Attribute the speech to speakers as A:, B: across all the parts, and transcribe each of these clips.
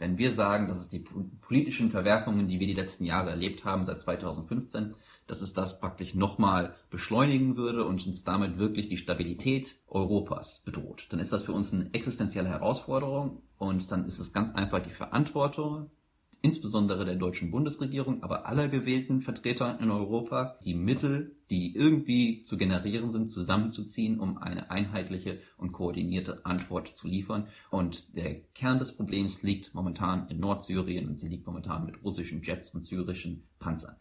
A: wenn wir sagen, dass es die politischen Verwerfungen, die wir die letzten Jahre erlebt haben, seit 2015, dass es das praktisch nochmal beschleunigen würde und uns damit wirklich die Stabilität Europas bedroht. Dann ist das für uns eine existenzielle Herausforderung und dann ist es ganz einfach die Verantwortung, insbesondere der deutschen Bundesregierung, aber aller gewählten Vertreter in Europa, die Mittel, die irgendwie zu generieren sind, zusammenzuziehen, um eine einheitliche und koordinierte Antwort zu liefern. Und der Kern des Problems liegt momentan in Nordsyrien und sie liegt momentan mit russischen Jets und syrischen Panzern.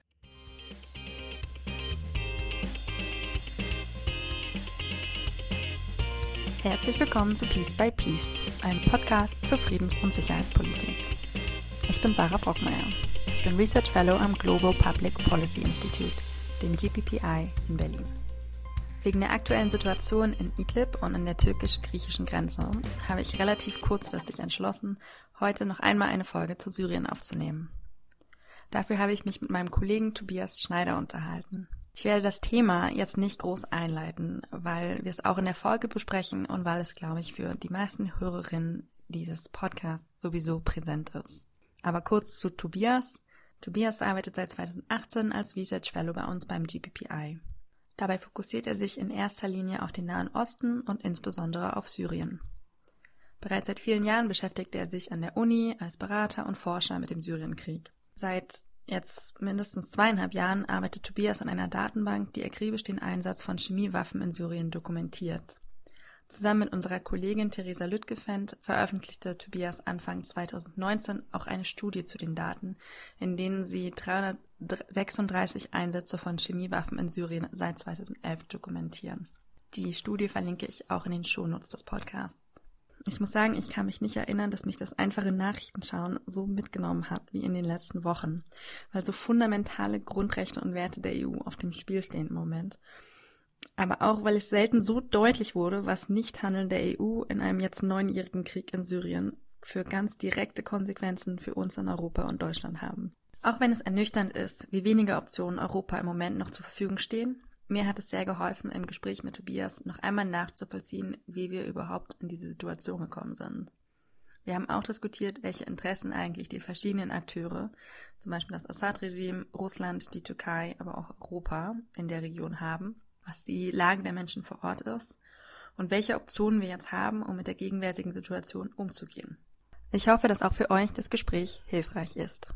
B: Herzlich willkommen zu Peace by Peace, einem Podcast zur Friedens- und Sicherheitspolitik. Ich bin Sarah Brockmeier. Ich bin Research Fellow am Global Public Policy Institute, dem GPPI in Berlin. Wegen der aktuellen Situation in Idlib und an der türkisch-griechischen Grenze habe ich relativ kurzfristig entschlossen, heute noch einmal eine Folge zu Syrien aufzunehmen. Dafür habe ich mich mit meinem Kollegen Tobias Schneider unterhalten. Ich werde das Thema jetzt nicht groß einleiten, weil wir es auch in der Folge besprechen und weil es, glaube ich, für die meisten Hörerinnen dieses Podcasts sowieso präsent ist. Aber kurz zu Tobias. Tobias arbeitet seit 2018 als Research Fellow bei uns beim GPPI. Dabei fokussiert er sich in erster Linie auf den Nahen Osten und insbesondere auf Syrien. Bereits seit vielen Jahren beschäftigt er sich an der Uni als Berater und Forscher mit dem Syrienkrieg. Seit jetzt mindestens 2,5 Jahren arbeitet Tobias an einer Datenbank, die akribisch den Einsatz von Chemiewaffen in Syrien dokumentiert. Zusammen mit unserer Kollegin Theresa Lüttgefendt veröffentlichte Tobias Anfang 2019 auch eine Studie zu den Daten, in denen sie 336 Einsätze von Chemiewaffen in Syrien seit 2011 dokumentieren. Die Studie verlinke ich auch in den Shownotes des Podcasts. Ich muss sagen, ich kann mich nicht erinnern, dass mich das einfache Nachrichtenschauen so mitgenommen hat wie in den letzten Wochen, weil so fundamentale Grundrechte und Werte der EU auf dem Spiel stehen im Moment. Aber auch, weil es selten so deutlich wurde, was Nichthandeln der EU in einem jetzt 9-jährigen Krieg in Syrien für ganz direkte Konsequenzen für uns in Europa und Deutschland haben. Auch wenn es ernüchternd ist, wie wenige Optionen Europa im Moment noch zur Verfügung stehen, mir hat es sehr geholfen, im Gespräch mit Tobias noch einmal nachzuvollziehen, wie wir überhaupt in diese Situation gekommen sind. Wir haben auch diskutiert, welche Interessen eigentlich die verschiedenen Akteure, zum Beispiel das Assad-Regime, Russland, die Türkei, aber auch Europa in der Region haben, was die Lage der Menschen vor Ort ist und welche Optionen wir jetzt haben, um mit der gegenwärtigen Situation umzugehen. Ich hoffe, dass auch für euch das Gespräch hilfreich ist.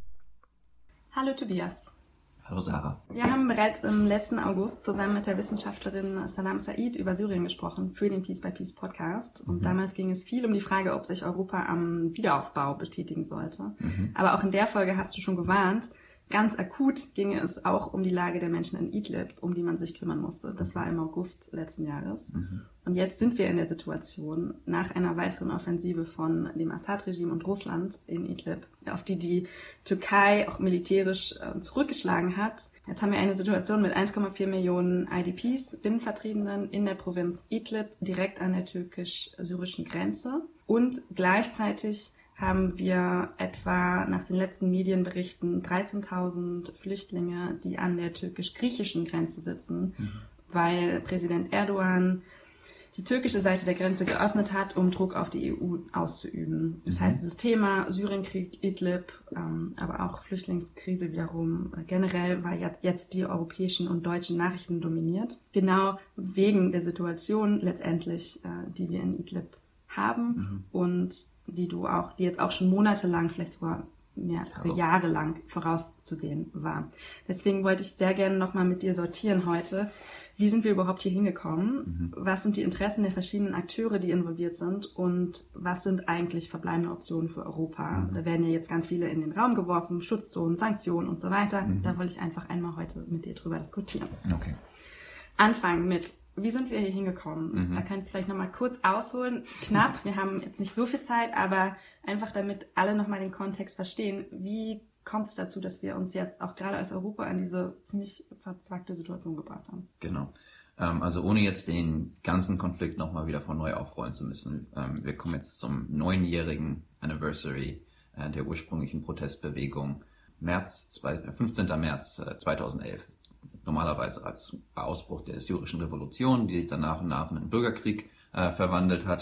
B: Hallo Tobias.
A: Hallo Sarah.
B: Wir haben bereits im letzten August zusammen mit der Wissenschaftlerin Sanam Said über Syrien gesprochen für den Peace by Peace Podcast. Und damals ging es viel um die Frage, ob sich Europa am Wiederaufbau betätigen sollte. Aber auch in der Folge hast du schon gewarnt, ganz akut ginge es auch um die Lage der Menschen in Idlib, um die man sich kümmern musste. Das war im August letzten Jahres. Und jetzt sind wir in der Situation, nach einer weiteren Offensive von dem Assad-Regime und Russland in Idlib, auf die die Türkei auch militärisch zurückgeschlagen hat. Jetzt haben wir eine Situation mit 1,4 Millionen IDPs, Binnenvertriebenen in der Provinz Idlib, direkt an der türkisch-syrischen Grenze. Und gleichzeitig haben wir etwa nach den letzten Medienberichten 13.000 Flüchtlinge, die an der türkisch-griechischen Grenze sitzen, weil Präsident Erdogan die türkische Seite der Grenze geöffnet hat, um Druck auf die EU auszuüben. Das heißt, das Thema Syrienkrieg, Idlib, aber auch Flüchtlingskrise wiederum generell war jetzt die europäischen und deutschen Nachrichten dominiert. Genau wegen der Situation letztendlich, die wir in Idlib haben und die jetzt auch schon monatelang, vielleicht sogar mehrere Jahre lang vorauszusehen war. Deswegen wollte ich sehr gerne nochmal mit dir sortieren heute. Wie sind wir überhaupt hier hingekommen? Was sind die Interessen der verschiedenen Akteure, die involviert sind? Und was sind eigentlich verbleibende Optionen für Europa? Da werden ja jetzt ganz viele in den Raum geworfen, Schutzzonen, Sanktionen und so weiter. Da wollte ich einfach einmal heute mit dir drüber diskutieren.
A: Okay.
B: Anfangen mit: Wie sind wir hier hingekommen? Da kannst du vielleicht nochmal kurz ausholen. Knapp, wir haben jetzt nicht so viel Zeit, aber einfach damit alle nochmal den Kontext verstehen. Wie kommt es dazu, dass wir uns jetzt auch gerade als Europa in diese ziemlich verzwackte Situation gebracht haben?
A: Genau. Also ohne jetzt den ganzen Konflikt nochmal wieder von neu aufrollen zu müssen. Wir kommen jetzt zum 9-jährigen Anniversary der ursprünglichen Protestbewegung. 15. März 2011. Normalerweise als Ausbruch der syrischen Revolution, die sich dann nach und nach in einen Bürgerkrieg verwandelt hat.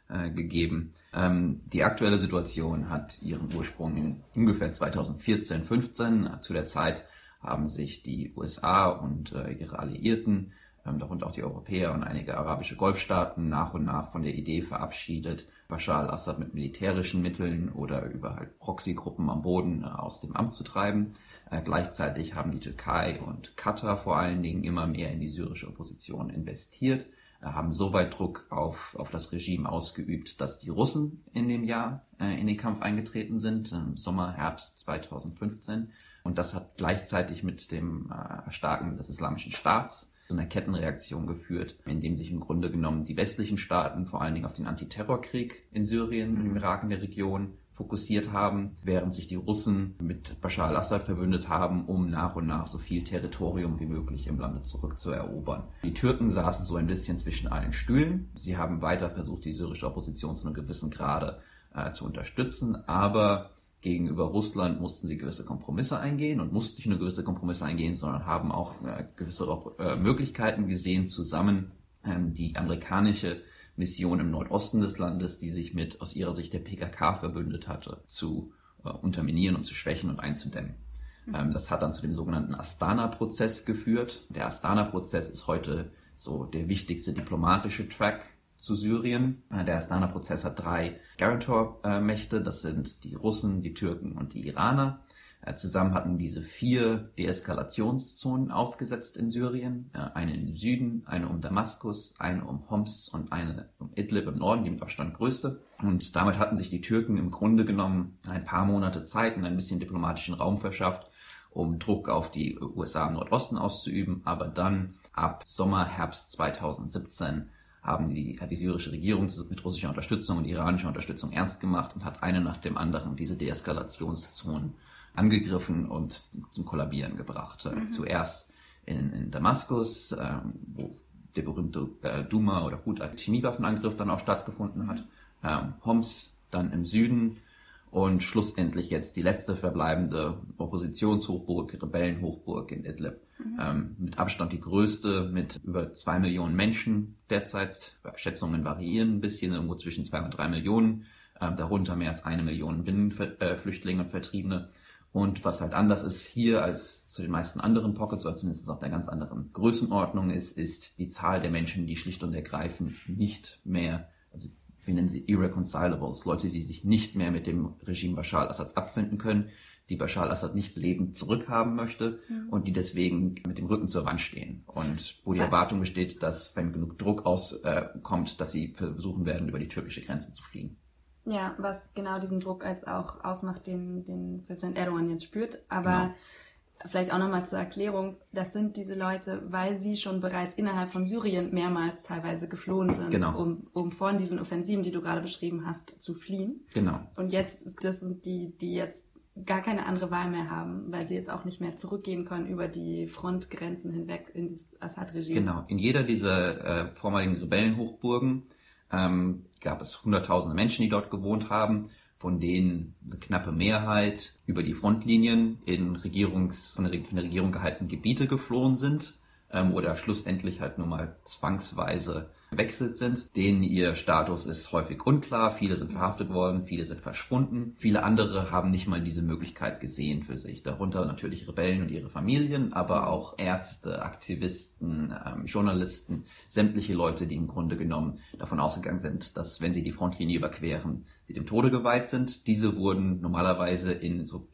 A: gegeben. Die aktuelle Situation hat ihren Ursprung in ungefähr 2014, 15. Zu der Zeit haben sich die USA und ihre Alliierten, darunter auch die Europäer und einige arabische Golfstaaten, nach und nach von der Idee verabschiedet, Bashar al-Assad mit militärischen Mitteln oder über halt Proxygruppen am Boden aus dem Amt zu treiben. Gleichzeitig haben die Türkei und Katar vor allen Dingen immer mehr in die syrische Opposition investiert, haben soweit Druck auf das Regime ausgeübt, dass die Russen in dem Jahr in den Kampf eingetreten sind, im Sommer, Herbst 2015. Und das hat gleichzeitig mit dem Erstarken des Islamischen Staats zu einer Kettenreaktion geführt, in dem sich im Grunde genommen die westlichen Staaten vor allen Dingen auf den Antiterrorkrieg in Syrien, im Irak, in der Region fokussiert haben, während sich die Russen mit Bashar al-Assad verbündet haben, um nach und nach so viel Territorium wie möglich im Lande zurückzuerobern. Die Türken saßen so ein bisschen zwischen allen Stühlen. Sie haben weiter versucht, die syrische Opposition zu einem gewissen Grade zu unterstützen, aber gegenüber Russland mussten sie gewisse Kompromisse eingehen und mussten nicht nur gewisse Kompromisse eingehen, sondern haben auch gewisse Möglichkeiten gesehen, zusammen die amerikanische Mission im Nordosten des Landes, die sich mit aus ihrer Sicht der PKK verbündet hatte, zu unterminieren und zu schwächen und einzudämmen. Das hat dann zu dem sogenannten Astana-Prozess geführt. Der Astana-Prozess ist heute so der wichtigste diplomatische Track zu Syrien. Der Astana-Prozess hat 3 Guarantor-Mächte, das sind die Russen, die Türken und die Iraner. Zusammen hatten diese 4 Deeskalationszonen aufgesetzt in Syrien. Eine im Süden, eine um Damaskus, eine um Homs und eine um Idlib im Norden, die mit Abstand größte. Und damit hatten sich die Türken im Grunde genommen ein paar Monate Zeit und ein bisschen diplomatischen Raum verschafft, um Druck auf die USA im Nordosten auszuüben. Aber dann ab Sommer, Herbst 2017 hat die syrische Regierung mit russischer Unterstützung und iranischer Unterstützung ernst gemacht und hat eine nach dem anderen diese Deeskalationszonen angegriffen und zum Kollabieren gebracht. Zuerst in Damaskus, wo der berühmte Duma- oder Hut-Chemiewaffenangriff dann auch stattgefunden hat. Homs dann im Süden und schlussendlich jetzt die letzte verbleibende Oppositionshochburg, Rebellenhochburg in Idlib. Mit Abstand die größte, mit über 2 Millionen Menschen derzeit. Schätzungen variieren ein bisschen, irgendwo zwischen 2 und 3 Millionen. Darunter mehr als 1 Million Binnenflüchtlinge und Vertriebene. Und was halt anders ist hier als zu den meisten anderen Pockets, oder zumindest auf der ganz anderen Größenordnung ist die Zahl der Menschen, die schlicht und ergreifend nicht mehr, also wir nennen sie Irreconcilables, Leute, die sich nicht mehr mit dem Regime Bashar al-Assads abfinden können, die Bashar al-Assad nicht lebend zurückhaben möchte und die deswegen mit dem Rücken zur Wand stehen. Und wo die Erwartung besteht, dass, wenn genug Druck kommt, dass sie versuchen werden, über die türkische Grenze zu fliehen.
B: Ja, was genau diesen Druck als auch ausmacht, den Präsident Erdogan jetzt spürt. Aber vielleicht auch nochmal zur Erklärung, das sind diese Leute, weil sie schon bereits innerhalb von Syrien mehrmals teilweise geflohen sind, um von diesen Offensiven, die du gerade beschrieben hast, zu fliehen.
A: Genau.
B: Und jetzt, das sind die jetzt gar keine andere Wahl mehr haben, weil sie jetzt auch nicht mehr zurückgehen können über die Frontgrenzen hinweg in das Assad-Regime.
A: Genau. In jeder dieser vormaligen Rebellenhochburgen gab es hunderttausende Menschen, die dort gewohnt haben, von denen eine knappe Mehrheit über die Frontlinien in von der Regierung gehaltenen Gebiete geflohen sind oder schlussendlich halt nur mal zwangsweise gewechselt sind. Denen ihr Status ist häufig unklar. Viele sind verhaftet worden, viele sind verschwunden. Viele andere haben nicht mal diese Möglichkeit gesehen für sich. Darunter natürlich Rebellen und ihre Familien, aber auch Ärzte, Aktivisten, Journalisten, sämtliche Leute, die im Grunde genommen davon ausgegangen sind, dass wenn sie die Frontlinie überqueren, sie dem Tode geweiht sind. Diese wurden normalerweise in so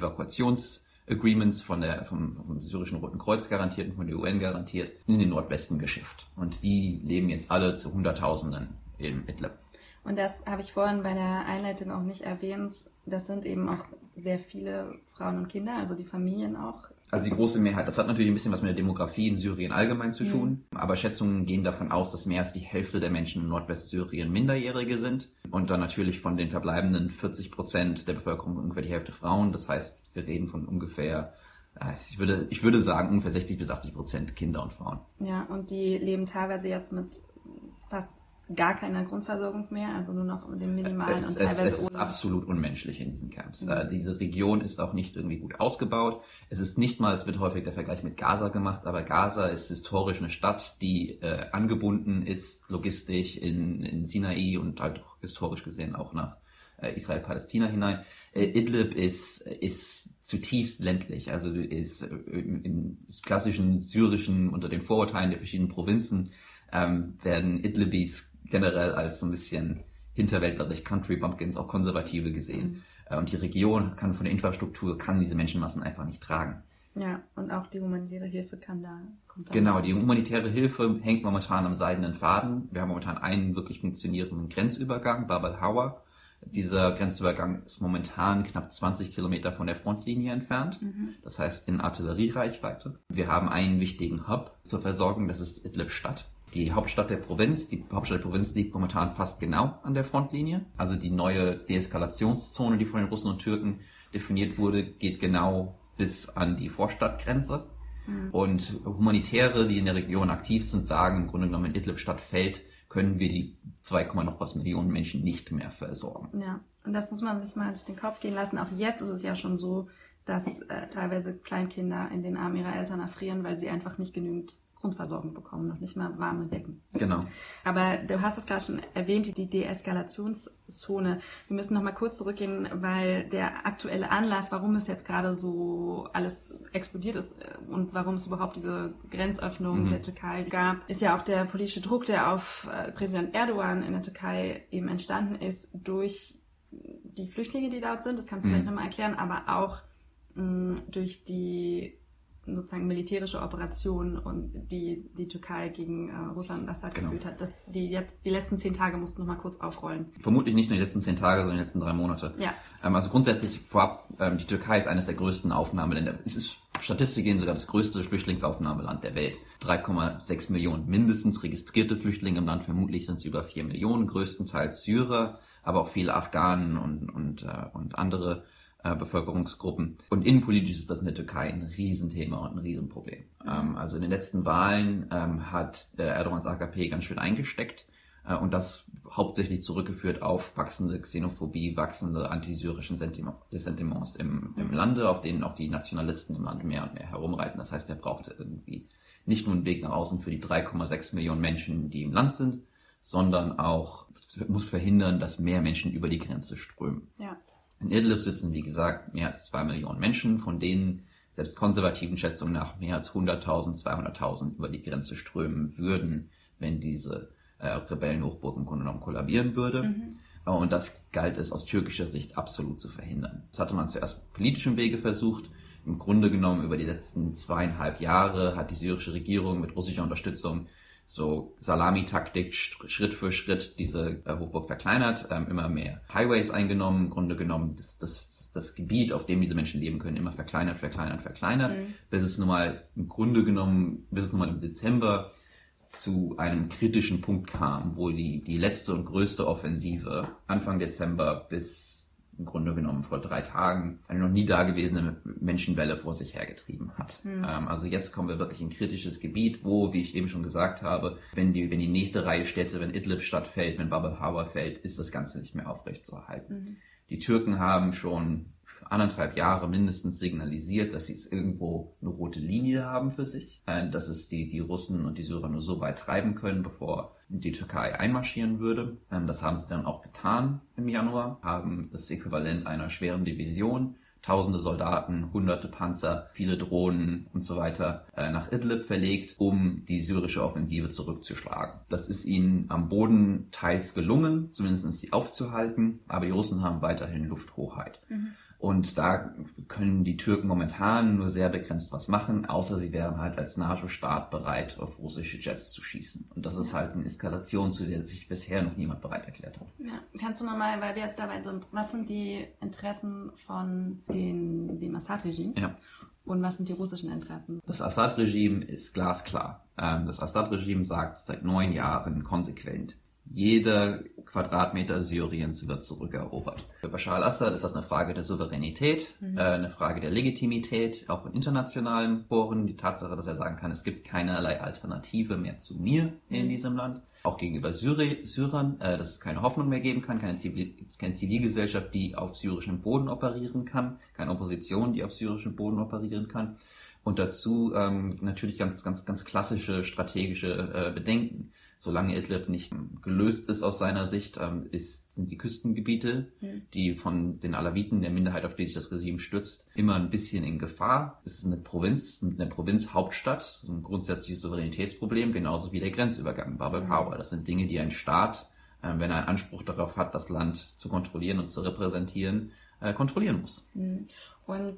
A: Evakuationsagreements vom syrischen Roten Kreuz garantiert und von der UN garantiert, in den Nordwesten geschifft. Und die leben jetzt alle zu Hunderttausenden in Idlib.
B: Und das habe ich vorhin bei der Einleitung auch nicht erwähnt. Das sind eben auch sehr viele Frauen und Kinder, also die Familien auch.
A: Also die große Mehrheit. Das hat natürlich ein bisschen was mit der Demografie in Syrien allgemein zu tun. Aber Schätzungen gehen davon aus, dass mehr als die Hälfte der Menschen in Nordwestsyrien Minderjährige sind. Und dann natürlich von den verbleibenden 40% der Bevölkerung ungefähr die Hälfte Frauen. Das heißt, wir reden von ungefähr, ich würde sagen, ungefähr 60-80% Kinder und Frauen.
B: Ja, und die leben teilweise jetzt mit fast gar keine Grundversorgung mehr, also nur noch den minimalen und teilweise
A: es ist absolut unmenschlich in diesen Camps. Diese Region ist auch nicht irgendwie gut ausgebaut. Es ist nicht mal, es wird häufig der Vergleich mit Gaza gemacht, aber Gaza ist historisch eine Stadt, die angebunden ist, logistisch in Sinai und halt auch historisch gesehen auch nach Israel-Palästina hinein. Idlib ist zutiefst ländlich, also ist im klassischen syrischen, unter den Vorurteilen der verschiedenen Provinzen, werden Idlibis generell als so ein bisschen hinterwäldlerisch, Country Bumpkins, auch Konservative gesehen. Und die Region kann von der Infrastruktur, kann diese Menschenmassen einfach nicht tragen.
B: Ja, und auch die humanitäre Hilfe kommt da.
A: Genau, die humanitäre Hilfe hängt momentan am seidenen Faden. Wir haben momentan einen wirklich funktionierenden Grenzübergang, Bab al-Hawa. Dieser Grenzübergang ist momentan knapp 20 Kilometer von der Frontlinie entfernt. Das heißt in Artilleriereichweite. Wir haben einen wichtigen Hub zur Versorgung, das ist Idlib-Stadt. Die Hauptstadt der Provinz liegt momentan fast genau an der Frontlinie. Also die neue Deeskalationszone, die von den Russen und Türken definiert wurde, geht genau bis an die Vorstadtgrenze. Und Humanitäre, die in der Region aktiv sind, sagen im Grunde genommen, wenn Idlib-Stadt fällt, können wir die 2, noch was Millionen Menschen nicht mehr versorgen.
B: Ja, und das muss man sich mal durch den Kopf gehen lassen. Auch jetzt ist es ja schon so, dass teilweise Kleinkinder in den Armen ihrer Eltern erfrieren, weil sie einfach nicht genügend Grundversorgung bekommen, noch nicht mal warme Decken.
A: Genau.
B: Aber du hast es gerade schon erwähnt, die Deeskalationszone. Wir müssen noch mal kurz zurückgehen, weil der aktuelle Anlass, warum es jetzt gerade so alles explodiert ist und warum es überhaupt diese Grenzöffnung der Türkei gab, ist ja auch der politische Druck, der auf Präsident Erdogan in der Türkei eben entstanden ist durch die Flüchtlinge, die dort sind. Das kannst du vielleicht noch mal erklären, aber auch durch die sozusagen militärische Operation und die Türkei gegen Russland und Assad geführt hat. Die letzten 10 Tage mussten noch mal kurz aufrollen.
A: Vermutlich nicht nur die letzten 10 Tage, sondern die letzten 3 Monate.
B: Ja.
A: Also grundsätzlich vorab, die Türkei ist eines der größten Aufnahmeländer. Es ist statistisch gesehen sogar das größte Flüchtlingsaufnahmeland der Welt. 3,6 Millionen mindestens registrierte Flüchtlinge im Land. Vermutlich sind es über 4 Millionen, größtenteils Syrer, aber auch viele Afghanen und andere Bevölkerungsgruppen. Und innenpolitisch ist das in der Türkei ein Riesenthema und ein Riesenproblem. Also in den letzten Wahlen hat Erdogans AKP ganz schön eingesteckt und das hauptsächlich zurückgeführt auf wachsende Xenophobie, wachsende antisyrischen Sentiments im Lande, auf denen auch die Nationalisten im Land mehr und mehr herumreiten. Das heißt, er brauchte irgendwie nicht nur einen Weg nach außen für die 3,6 Millionen Menschen, die im Land sind, sondern auch muss verhindern, dass mehr Menschen über die Grenze strömen.
B: Ja.
A: In Idlib sitzen, wie gesagt, mehr als 2 Millionen Menschen, von denen selbst konservativen Schätzungen nach mehr als 100.000, 200.000 über die Grenze strömen würden, wenn diese Rebellenhochburg im Grunde genommen kollabieren würde. Und das galt es aus türkischer Sicht absolut zu verhindern. Das hatte man zuerst auf politischem Wege versucht. Im Grunde genommen über die letzten 2,5 Jahre hat die syrische Regierung mit russischer Unterstützung so Salamitaktik Schritt für Schritt diese Hochburg verkleinert, immer mehr Highways eingenommen, im Grunde genommen das Gebiet, auf dem diese Menschen leben können, immer verkleinert, bis es nun mal im Dezember zu einem kritischen Punkt kam, wo die letzte und größte Offensive Anfang Dezember bis im Grunde genommen vor 3 Tagen eine noch nie dagewesene Menschenwelle vor sich hergetrieben hat. Also jetzt kommen wir wirklich in ein kritisches Gebiet, wo, wie ich eben schon gesagt habe, wenn die nächste Reihe Städte, wenn Idlib-Stadt fällt, wenn Bab al-Hawa fällt, ist das Ganze nicht mehr aufrechtzuerhalten. Die Türken haben schon 1,5 Jahre mindestens signalisiert, dass sie es irgendwo eine rote Linie haben für sich, dass es die Russen und die Syrer nur so weit treiben können, bevor die Türkei einmarschieren würde. Das haben sie dann auch getan im Januar, haben das Äquivalent einer schweren Division, tausende Soldaten, hunderte Panzer, viele Drohnen und so weiter nach Idlib verlegt, um die syrische Offensive zurückzuschlagen. Das ist ihnen am Boden teils gelungen, zumindest sie aufzuhalten, aber die Russen haben weiterhin Lufthoheit. Und da können die Türken momentan nur sehr begrenzt was machen, außer sie wären halt als NATO-Staat bereit, auf russische Jets zu schießen. Und das ist halt eine Eskalation, zu der sich bisher noch niemand bereit erklärt hat.
B: Ja. Kannst du nochmal, weil wir jetzt dabei sind, was sind die Interessen von dem Assad-Regime?
A: Ja.
B: Und was sind die russischen Interessen?
A: Das Assad-Regime ist glasklar. Das Assad-Regime sagt seit 9 Jahren konsequent, jeder Quadratmeter Syriens wird zurückerobert. Für Bashar al-Assad ist das eine Frage der Souveränität, eine Frage der Legitimität, auch in internationalen Foren. Die Tatsache, dass er sagen kann, es gibt keinerlei Alternative mehr zu mir in diesem Land. Auch gegenüber Syrern, dass es keine Hoffnung mehr geben kann, keine Zivilgesellschaft, die auf syrischem Boden operieren kann, keine Opposition, die auf syrischem Boden operieren kann. Und dazu natürlich ganz klassische strategische Bedenken. Solange Idlib nicht gelöst ist aus seiner Sicht, sind die Küstengebiete, die von den Alawiten, der Minderheit, auf die sich das Regime stützt, immer ein bisschen in Gefahr. Es ist eine Provinzhauptstadt, ein grundsätzliches Souveränitätsproblem, genauso wie der Grenzübergang, Bab el-Hawa. Das sind Dinge, die ein Staat, wenn er einen Anspruch darauf hat, das Land zu kontrollieren und zu repräsentieren, kontrollieren muss.
B: Und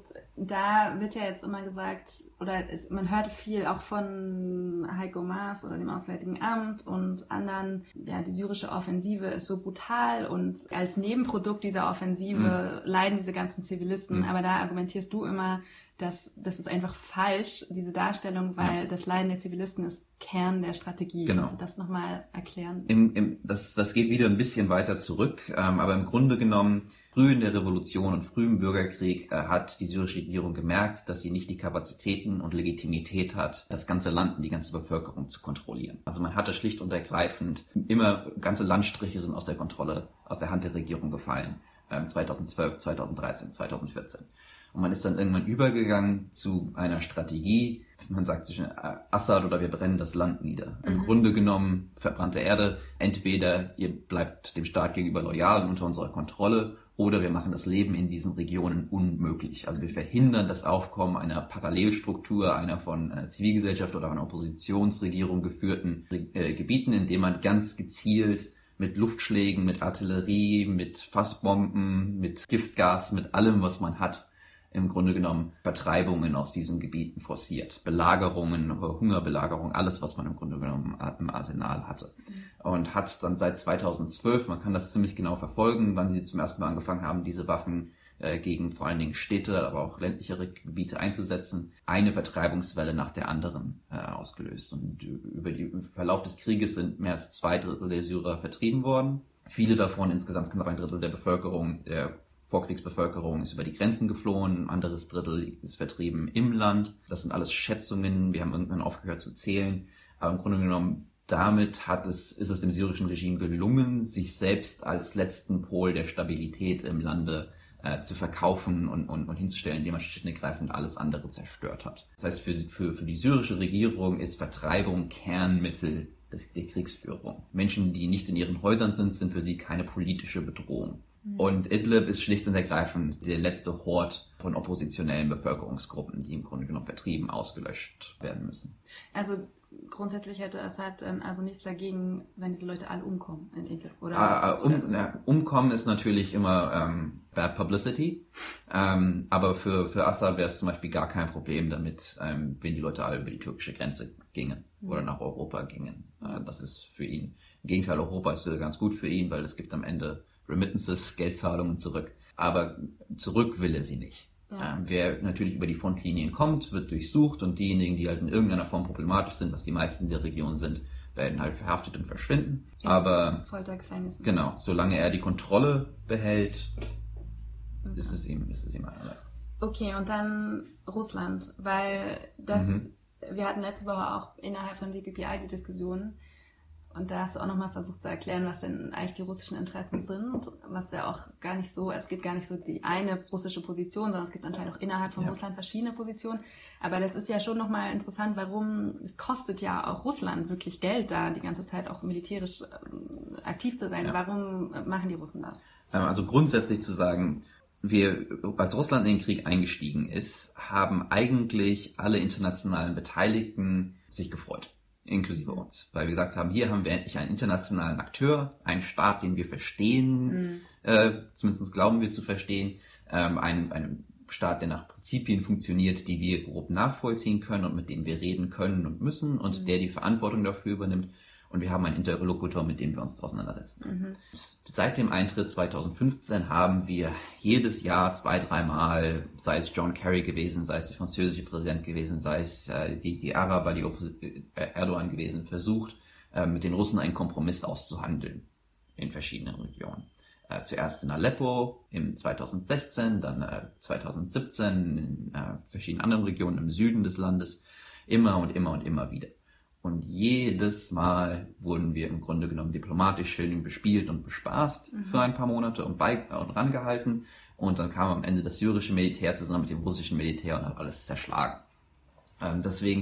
B: da wird ja jetzt immer gesagt, man hört viel auch von Heiko Maas oder dem Auswärtigen Amt und anderen, ja, die syrische Offensive ist so brutal und als Nebenprodukt dieser Offensive leiden diese ganzen Zivilisten. Aber da argumentierst du immer, das ist einfach falsch, diese Darstellung, weil das Leiden der Zivilisten ist Kern der Strategie.
A: Genau.
B: Kannst du das nochmal erklären?
A: Das geht wieder ein bisschen weiter zurück, aber im Grunde genommen, früh in der Revolution und früh im Bürgerkrieg hat die syrische Regierung gemerkt, dass sie nicht die Kapazitäten und Legitimität hat, das ganze Land und die ganze Bevölkerung zu kontrollieren. Also man hatte schlicht und ergreifend immer, ganze Landstriche sind aus der Hand der Regierung gefallen. 2012, 2013, 2014. Und man ist dann irgendwann übergegangen zu einer Strategie, man sagt zwischen Assad oder wir brennen das Land nieder. Im Grunde genommen verbrannte Erde, entweder ihr bleibt dem Staat gegenüber loyal und unter unserer Kontrolle oder wir machen das Leben in diesen Regionen unmöglich. Also wir verhindern das Aufkommen einer Parallelstruktur, einer von einer Zivilgesellschaft oder einer Oppositionsregierung geführten Gebieten, in denen man ganz gezielt mit Luftschlägen, mit Artillerie, mit Fassbomben, mit Giftgas, mit allem, was man hat, im Grunde genommen Vertreibungen aus diesen Gebieten forciert. Belagerungen, Hungerbelagerungen, alles, was man im Grunde genommen im Arsenal hatte. Und hat dann seit 2012, man kann das ziemlich genau verfolgen, wann sie zum ersten Mal angefangen haben, diese Waffen gegen vor allen Dingen Städte, aber auch ländlichere Gebiete einzusetzen, eine Vertreibungswelle nach der anderen ausgelöst. Und über den Verlauf des Krieges sind mehr als 2/3 der Syrer vertrieben worden. Viele davon, insgesamt knapp 1/3 der Bevölkerung, der Vorkriegsbevölkerung, ist über die Grenzen geflohen, ein anderes Drittel ist vertrieben im Land. Das sind alles Schätzungen, wir haben irgendwann aufgehört zu zählen. Aber im Grunde genommen, damit ist es dem syrischen Regime gelungen, sich selbst als letzten Pol der Stabilität im Lande zu verkaufen und hinzustellen, indem man schlicht und ergreifend alles andere zerstört hat. Das heißt, für die syrische Regierung ist Vertreibung Kernmittel der Kriegsführung. Menschen, die nicht in ihren Häusern sind für sie keine politische Bedrohung. Und Idlib ist schlicht und ergreifend der letzte Hort von oppositionellen Bevölkerungsgruppen, die im Grunde genommen vertrieben, ausgelöscht werden müssen.
B: Also grundsätzlich hätte Assad also nichts dagegen, wenn diese Leute alle umkommen in Idlib, oder?
A: Umkommen ist natürlich immer bad publicity, aber für Assad wäre es zum Beispiel gar kein Problem damit, wenn die Leute alle über die türkische Grenze gingen oder nach Europa gingen. Das ist für ihn, im Gegenteil, Europa ist ganz gut für ihn, weil es gibt am Ende Remittances, Geldzahlungen zurück. Aber zurück will er sie nicht. Ja. Wer natürlich über die Frontlinien kommt, wird durchsucht und diejenigen, die halt in irgendeiner Form problematisch sind, was die meisten der Region sind, werden halt verhaftet und verschwinden. Ja, aber
B: Foltergefängnissen.
A: Genau, solange er die Kontrolle behält, ist es ihm einerlei.
B: Okay, und dann Russland, weil wir hatten letzte Woche auch innerhalb von DPPI die Diskussion. Und da hast du auch nochmal versucht zu erklären, was denn eigentlich die russischen Interessen sind, was ja auch gar nicht so, es gibt gar nicht so die eine russische Position, sondern es gibt anscheinend auch innerhalb von Russland verschiedene Positionen. Aber das ist ja schon nochmal interessant, es kostet ja auch Russland wirklich Geld, da die ganze Zeit auch militärisch aktiv zu sein. Ja. Warum machen die Russen das?
A: Also grundsätzlich zu sagen, als Russland in den Krieg eingestiegen ist, haben eigentlich alle internationalen Beteiligten sich gefreut. Inklusive uns. Weil wir gesagt haben, hier haben wir endlich einen internationalen Akteur, einen Staat, den wir verstehen, zumindest glauben wir zu verstehen, einen Staat, der nach Prinzipien funktioniert, die wir grob nachvollziehen können und mit dem wir reden können und müssen und der die Verantwortung dafür übernimmt. Und wir haben einen Interlokutor, mit dem wir uns auseinandersetzen können. Seit dem Eintritt 2015 haben wir jedes Jahr 2-3 Mal, sei es John Kerry gewesen, sei es der französische Präsident gewesen, sei es die Araber, die Erdogan gewesen, versucht, mit den Russen einen Kompromiss auszuhandeln in verschiedenen Regionen. Zuerst in Aleppo im 2016, dann 2017 in verschiedenen anderen Regionen im Süden des Landes, immer und immer und immer wieder. Und jedes Mal wurden wir im Grunde genommen diplomatisch schön bespielt und bespaßt für ein paar Monate und rangehalten. Und dann kam am Ende das syrische Militär zusammen mit dem russischen Militär und hat alles zerschlagen. Deswegen,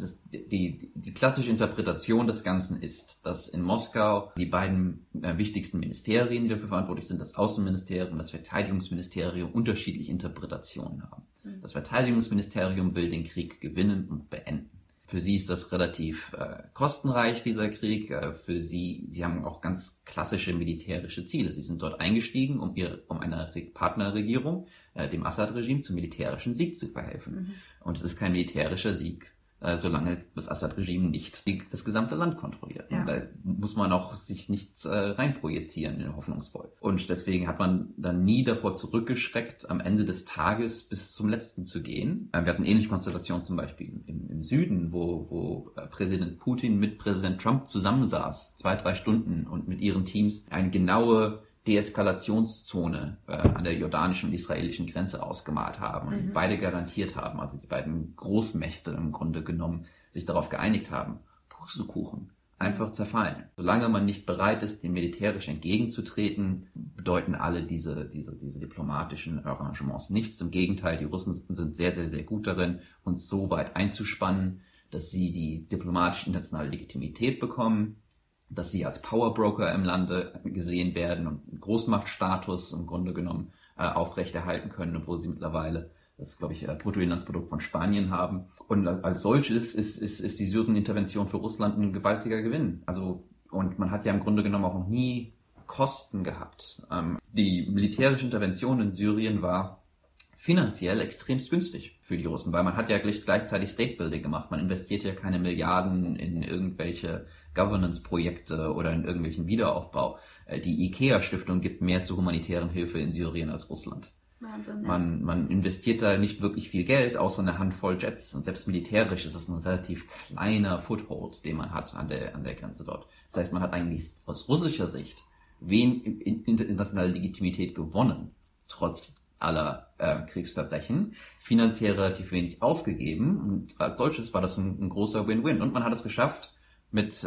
A: die klassische Interpretation des Ganzen ist, dass in Moskau die beiden wichtigsten Ministerien, die dafür verantwortlich sind, das Außenministerium und das Verteidigungsministerium, unterschiedliche Interpretationen haben. Das Verteidigungsministerium will den Krieg gewinnen und beenden. Für sie ist das relativ kostenreich, dieser Krieg. Für sie haben auch ganz klassische militärische Ziele. Sie sind dort eingestiegen, um einer Partnerregierung, dem Assad-Regime, zum militärischen Sieg zu verhelfen. Und es ist kein militärischer Sieg, solange das Assad-Regime nicht das gesamte Land kontrolliert. Ja. Da muss man auch sich nichts reinprojizieren, hoffnungsvoll. Und deswegen hat man dann nie davor zurückgeschreckt, am Ende des Tages bis zum Letzten zu gehen. Wir hatten ähnliche Konstellationen zum Beispiel im Süden, wo Präsident Putin mit Präsident Trump zusammensaß, 2-3 Stunden und mit ihren Teams eine genaue Deeskalationszone an der jordanischen und israelischen Grenze ausgemalt haben und beide garantiert haben, also die beiden Großmächte im Grunde genommen sich darauf geeinigt haben, Pustekuchen, einfach zerfallen. Solange man nicht bereit ist, dem militärisch entgegenzutreten, bedeuten alle diese diplomatischen Arrangements nichts. Im Gegenteil, die Russen sind sehr, sehr, sehr gut darin, uns so weit einzuspannen, dass sie die diplomatische internationale Legitimität bekommen, dass sie als Powerbroker im Lande gesehen werden und einen Großmachtstatus im Grunde genommen aufrechterhalten können, obwohl sie mittlerweile das, glaube ich, Bruttoinlandsprodukt von Spanien haben. Und als solches ist die Syrien-Intervention für Russland ein gewaltiger Gewinn. Und man hat ja im Grunde genommen auch noch nie Kosten gehabt. Die militärische Intervention in Syrien war finanziell extremst günstig für die Russen, weil man hat ja gleichzeitig State-Building gemacht. Man investiert ja keine Milliarden in irgendwelche Governance-Projekte oder in irgendwelchen Wiederaufbau. Die IKEA-Stiftung gibt mehr zur humanitären Hilfe in Syrien als Russland.
B: Wahnsinn.
A: Man investiert da nicht wirklich viel Geld, außer eine Handvoll Jets. Und selbst militärisch ist das ein relativ kleiner Foothold, den man hat an der Grenze dort. Das heißt, man hat eigentlich aus russischer Sicht internationale Legitimität gewonnen, trotz aller Kriegsverbrechen, finanziell relativ wenig ausgegeben. Und als solches war das ein großer Win-Win. Und man hat es geschafft, mit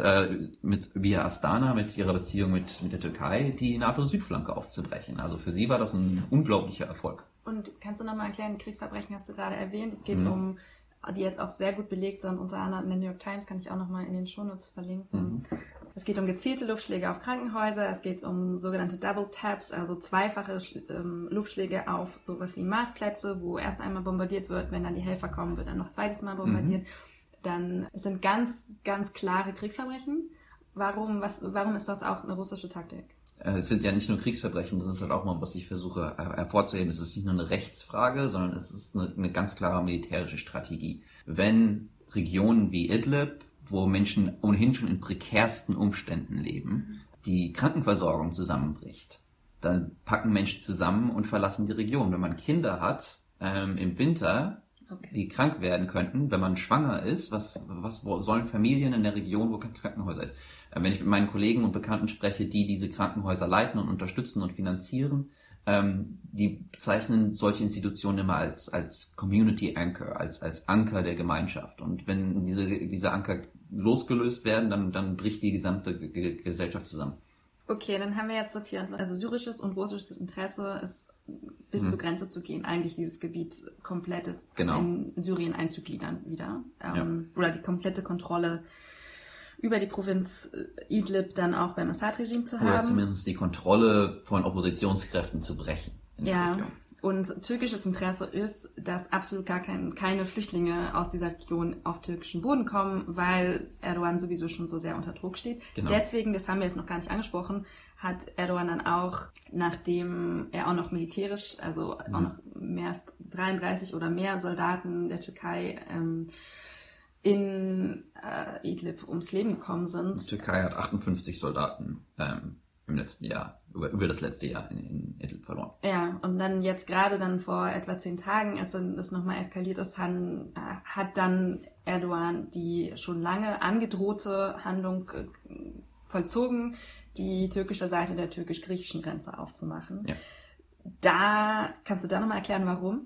A: via Astana, mit ihrer Beziehung mit der Türkei, die NATO-Südflanke aufzubrechen. Also für sie war das ein unglaublicher Erfolg.
B: Und kannst du nochmal erklären, Kriegsverbrechen hast du gerade erwähnt. Es geht um, die jetzt auch sehr gut belegt sind, unter anderem in der New York Times, kann ich auch nochmal in den Shownotes verlinken. Es geht um gezielte Luftschläge auf Krankenhäuser, es geht um sogenannte Double Taps, also zweifache Luftschläge auf sowas wie Marktplätze, wo erst einmal bombardiert wird, wenn dann die Helfer kommen, wird dann noch zweites Mal bombardiert. Dann es sind ganz, ganz klare Kriegsverbrechen. Warum ist das auch eine russische Taktik?
A: Es sind ja nicht nur Kriegsverbrechen, das ist halt auch mal, was ich versuche hervorzuheben. Es ist nicht nur eine Rechtsfrage, sondern es ist eine ganz klare militärische Strategie. Wenn Regionen wie Idlib, wo Menschen ohnehin schon in prekärsten Umständen leben, die Krankenversorgung zusammenbricht, dann packen Menschen zusammen und verlassen die Region. Wenn man Kinder hat im Winter, die krank werden könnten, wenn man schwanger ist, was sollen Familien in der Region, wo kein Krankenhäuser ist? Wenn ich mit meinen Kollegen und Bekannten spreche, die diese Krankenhäuser leiten und unterstützen und finanzieren, die bezeichnen solche Institutionen immer als Community Anchor, als Anker der Gemeinschaft. Und wenn diese Anker losgelöst werden, dann bricht die gesamte Gesellschaft zusammen.
B: Okay, dann haben wir jetzt sortiert. Also syrisches und russisches Interesse ist bis zur Grenze zu gehen, eigentlich dieses Gebiet komplett in Syrien einzugliedern wieder. Oder die komplette Kontrolle über die Provinz Idlib dann auch beim Assad-Regime zu haben.
A: Oder zumindest die Kontrolle von Oppositionskräften zu brechen in der Region.
B: Und türkisches Interesse ist, dass absolut gar keine Flüchtlinge aus dieser Region auf türkischen Boden kommen, weil Erdogan sowieso schon so sehr unter Druck steht. Genau. Deswegen, das haben wir jetzt noch gar nicht angesprochen, hat Erdogan dann auch, nachdem er auch noch militärisch, also auch noch mehr als 33 oder mehr Soldaten der Türkei in Idlib ums Leben gekommen sind.
A: Die Türkei hat 58 Soldaten im letzten Jahr, über das letzte Jahr in Idlib verloren.
B: Ja, und dann jetzt gerade dann vor etwa 10 Tagen, als dann das nochmal eskaliert ist, hat dann Erdogan die schon lange angedrohte Handlung vollzogen, die türkische Seite der türkisch-griechischen Grenze aufzumachen. Ja. Kannst du da nochmal erklären, warum?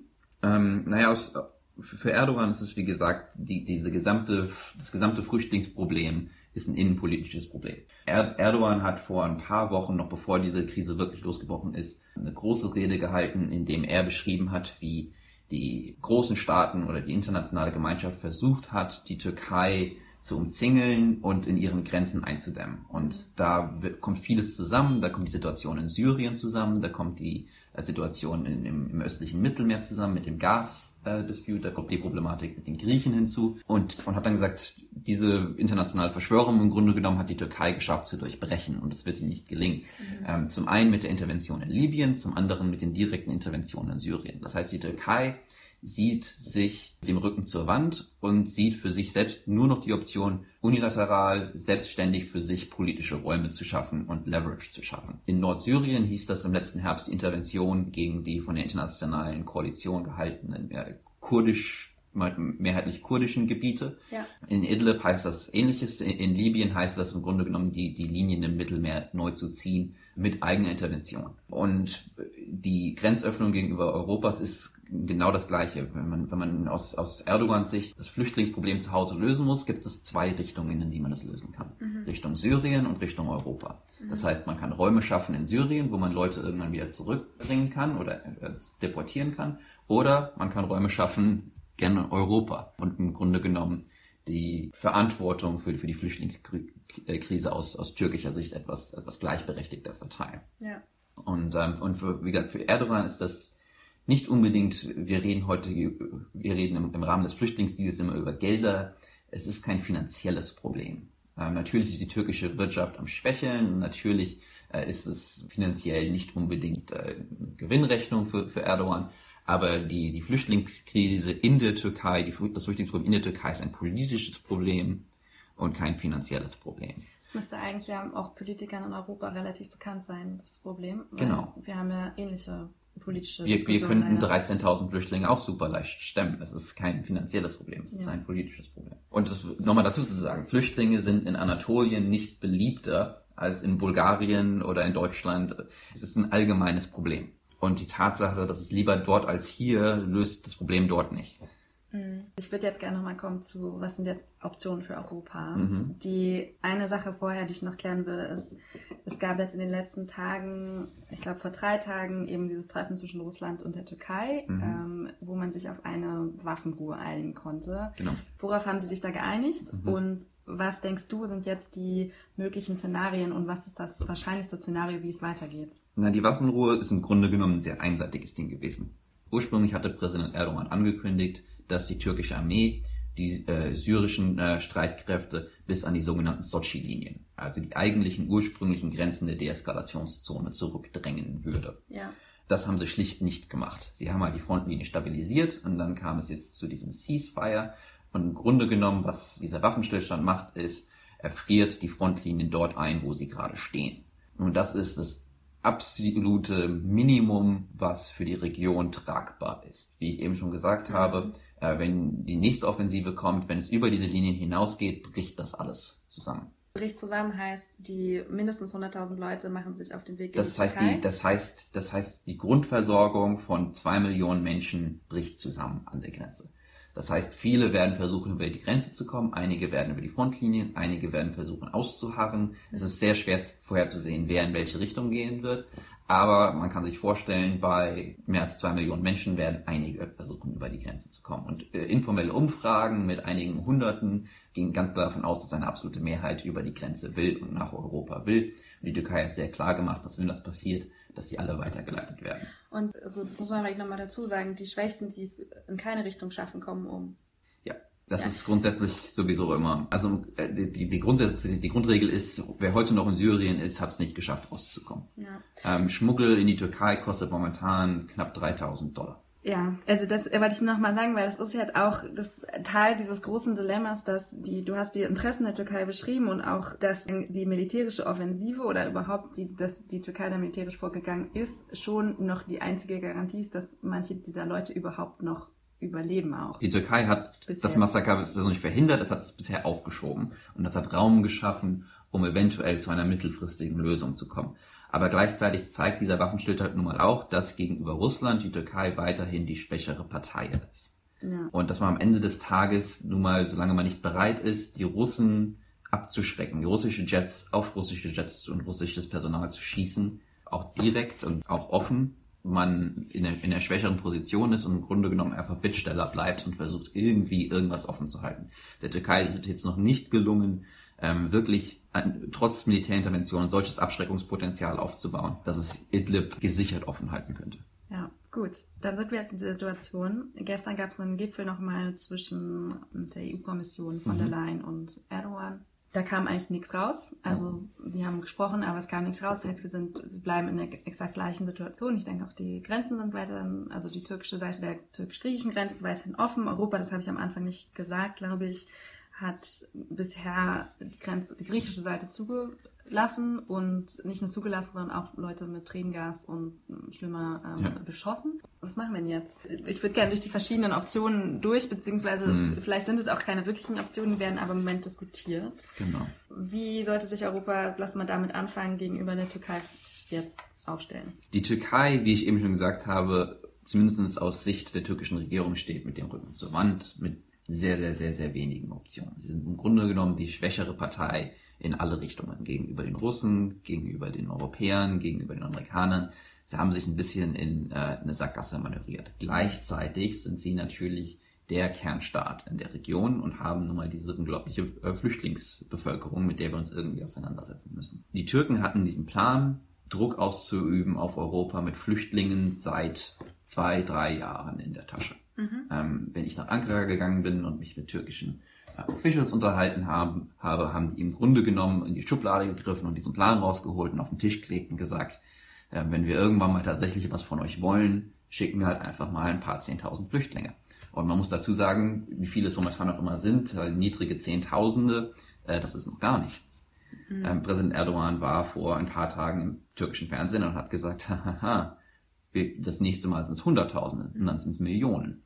A: Für Erdogan ist es, wie gesagt, das gesamte Flüchtlingsproblem ist ein innenpolitisches Problem. Erdogan hat vor ein paar Wochen, noch bevor diese Krise wirklich losgebrochen ist, eine große Rede gehalten, in dem er beschrieben hat, wie die großen Staaten oder die internationale Gemeinschaft versucht hat, die Türkei zu umzingeln und in ihren Grenzen einzudämmen. Und da kommt vieles zusammen. Da kommt die Situation in Syrien zusammen, da kommt die Situation im östlichen Mittelmeer zusammen mit dem Gas-Dispute, da kommt die Problematik mit den Griechen hinzu. Und hat dann gesagt, diese internationale Verschwörung im Grunde genommen hat die Türkei geschafft zu durchbrechen und es wird ihm nicht gelingen. Zum einen mit der Intervention in Libyen, zum anderen mit den direkten Interventionen in Syrien. Das heißt, die Türkei sieht sich dem Rücken zur Wand und sieht für sich selbst nur noch die Option, unilateral, selbstständig für sich politische Räume zu schaffen und Leverage zu schaffen. In Nordsyrien hieß das im letzten Herbst die Intervention gegen die von der internationalen Koalition gehaltenen mehrheitlich kurdischen Gebiete. Ja. In Idlib heißt das Ähnliches. In Libyen heißt das im Grunde genommen, die Linien im Mittelmeer neu zu ziehen mit eigener Intervention. Und die Grenzöffnung gegenüber Europas ist genau das Gleiche. Wenn man aus Erdogans Sicht das Flüchtlingsproblem zu Hause lösen muss, gibt es 2 Richtungen, in die man das lösen kann. Richtung Syrien und Richtung Europa. Das heißt, man kann Räume schaffen in Syrien, wo man Leute irgendwann wieder zurückbringen kann oder deportieren kann. Oder man kann Räume schaffen, gerne Europa und im Grunde genommen die Verantwortung für die Flüchtlingskrise aus türkischer Sicht etwas gleichberechtigter verteilen. Ja. Und wie gesagt, für Erdogan ist das nicht unbedingt, wir reden im Rahmen des Flüchtlingsdeals immer über Gelder. Es ist kein finanzielles Problem. Natürlich ist die türkische Wirtschaft am Schwächeln, natürlich ist es finanziell nicht unbedingt eine Gewinnrechnung für Erdogan. Aber die Flüchtlingskrise in der Türkei, das Flüchtlingsproblem in der Türkei ist ein politisches Problem und kein finanzielles Problem.
B: Das müsste eigentlich ja auch Politikern in Europa relativ bekannt sein, das Problem.
A: Genau.
B: Wir haben ja ähnliche politische
A: Wir könnten 13.000 Flüchtlinge auch super leicht stemmen. Es ist kein finanzielles Problem, es ist ein politisches Problem. Und nochmal dazu zu sagen, Flüchtlinge sind in Anatolien nicht beliebter als in Bulgarien oder in Deutschland. Es ist ein allgemeines Problem. Und die Tatsache, dass es lieber dort als hier, löst das Problem dort nicht.
B: Ich würde jetzt gerne nochmal kommen zu, was sind jetzt Optionen für Europa? Die eine Sache vorher, die ich noch klären würde, ist, es gab jetzt in den letzten Tagen, ich glaube vor 3 Tagen, eben dieses Treffen zwischen Russland und der Türkei, wo man sich auf eine Waffenruhe einigen konnte. Genau. Worauf haben sie sich da geeinigt? Und was denkst du, sind jetzt die möglichen Szenarien und was ist das wahrscheinlichste Szenario, wie es weitergeht?
A: Die Waffenruhe ist im Grunde genommen ein sehr einseitiges Ding gewesen. Ursprünglich hatte Präsident Erdogan angekündigt, dass die türkische Armee die syrischen Streitkräfte bis an die sogenannten Sochi-Linien, also die eigentlichen ursprünglichen Grenzen der Deeskalationszone, zurückdrängen würde. Ja. Das haben sie schlicht nicht gemacht. Sie haben halt die Frontlinie stabilisiert und dann kam es jetzt zu diesem Ceasefire. Und im Grunde genommen, was dieser Waffenstillstand macht, ist, er friert die Frontlinien dort ein, wo sie gerade stehen. Und das ist das absolute Minimum, was für die Region tragbar ist. Wie ich eben schon gesagt habe, wenn die nächste Offensive kommt, wenn es über diese Linien hinausgeht, bricht das alles zusammen.
B: Bricht zusammen heißt, die mindestens 100.000 Leute machen sich auf den Weg in die
A: Türkei? Das heißt, die Grundversorgung von 2 Millionen Menschen bricht zusammen an der Grenze. Das heißt, viele werden versuchen, über die Grenze zu kommen, einige werden über die Frontlinien, einige werden versuchen, auszuharren. Es ist sehr schwer vorherzusehen, wer in welche Richtung gehen wird. Aber man kann sich vorstellen, bei mehr als 2 Millionen Menschen werden einige versuchen, über die Grenze zu kommen. Und informelle Umfragen mit einigen Hunderten gingen ganz klar davon aus, dass eine absolute Mehrheit über die Grenze will und nach Europa will. Und die Türkei hat sehr klar gemacht, dass wenn das passiert, dass sie alle weitergeleitet werden.
B: Und also das muss man vielleicht nochmal dazu sagen, die Schwächsten, die es in keine Richtung schaffen, kommen um.
A: Ja, das ist grundsätzlich sowieso immer. Also die Grundregel ist, wer heute noch in Syrien ist, hat es nicht geschafft, rauszukommen. Ja. Schmuggel in die Türkei kostet momentan knapp $3.000.
B: Ja, also das wollte ich nochmal sagen, weil das ist ja auch das Teil dieses großen Dilemmas, dass du hast die Interessen der Türkei beschrieben und auch, dass die militärische Offensive oder überhaupt, dass die Türkei da militärisch vorgegangen ist, schon noch die einzige Garantie ist, dass manche dieser Leute überhaupt noch überleben auch.
A: Die Türkei hat das Massaker bisher nicht verhindert, es hat es bisher aufgeschoben und es hat Raum geschaffen, um eventuell zu einer mittelfristigen Lösung zu kommen. Aber gleichzeitig zeigt dieser Waffenstillstand nun mal auch, dass gegenüber Russland die Türkei weiterhin die schwächere Partei ist. Ja. Und dass man am Ende des Tages nun mal, solange man nicht bereit ist, die Russen abzuschrecken, die russische Jets auf russische Jets und russisches Personal zu schießen, auch direkt und auch offen, man in der schwächeren Position ist und im Grunde genommen einfach Bittsteller bleibt und versucht irgendwie irgendwas offen zu halten. Der Türkei ist es jetzt noch nicht gelungen, wirklich trotz Militärintervention solches Abschreckungspotenzial aufzubauen, dass es Idlib gesichert offen halten könnte.
B: Ja, gut. Dann sind wir jetzt in der Situation. Gestern gab es einen Gipfel nochmal zwischen der EU-Kommission von der Leyen und Erdogan. Da kam eigentlich nichts raus. Also die haben gesprochen, aber es kam nichts raus. Das heißt, wir bleiben in der exakt gleichen Situation. Ich denke auch, die Grenzen sind weiterhin, also die türkische Seite der türkisch-griechischen Grenze ist weiterhin offen. Europa, das habe ich am Anfang nicht gesagt, glaube ich, hat bisher die griechische Seite zugelassen und nicht nur zugelassen, sondern auch Leute mit Tränengas und schlimmer beschossen. Was machen wir denn jetzt? Ich würde gerne durch die verschiedenen Optionen beziehungsweise vielleicht sind es auch keine wirklichen Optionen, die werden aber im Moment diskutiert.
A: Genau.
B: Wie sollte sich Europa, lassen wir damit anfangen, gegenüber der Türkei jetzt aufstellen?
A: Die Türkei, wie ich eben schon gesagt habe, zumindest aus Sicht der türkischen Regierung steht mit dem Rücken zur Wand, mit sehr, sehr, sehr, sehr wenigen Optionen. Sie sind im Grunde genommen die schwächere Partei in alle Richtungen. Gegenüber den Russen, gegenüber den Europäern, gegenüber den Amerikanern. Sie haben sich ein bisschen in eine Sackgasse manövriert. Gleichzeitig sind sie natürlich der Kernstaat in der Region und haben nun mal diese unglaubliche Flüchtlingsbevölkerung, mit der wir uns irgendwie auseinandersetzen müssen. Die Türken hatten diesen Plan, Druck auszuüben auf Europa mit Flüchtlingen seit 2-3 Jahren in der Tasche. Wenn ich nach Ankara gegangen bin und mich mit türkischen Officials unterhalten habe, haben die im Grunde genommen in die Schublade gegriffen und diesen Plan rausgeholt und auf den Tisch gelegt und gesagt, wenn wir irgendwann mal tatsächlich was von euch wollen, schicken wir halt einfach mal ein paar 10.000 Flüchtlinge. Und man muss dazu sagen, wie viele es momentan noch immer sind, niedrige Zehntausende, das ist noch gar nichts. Präsident Erdogan war vor ein paar Tagen im türkischen Fernsehen und hat gesagt, hahaha, das nächste Mal sind es Hunderttausende und dann sind es Millionen.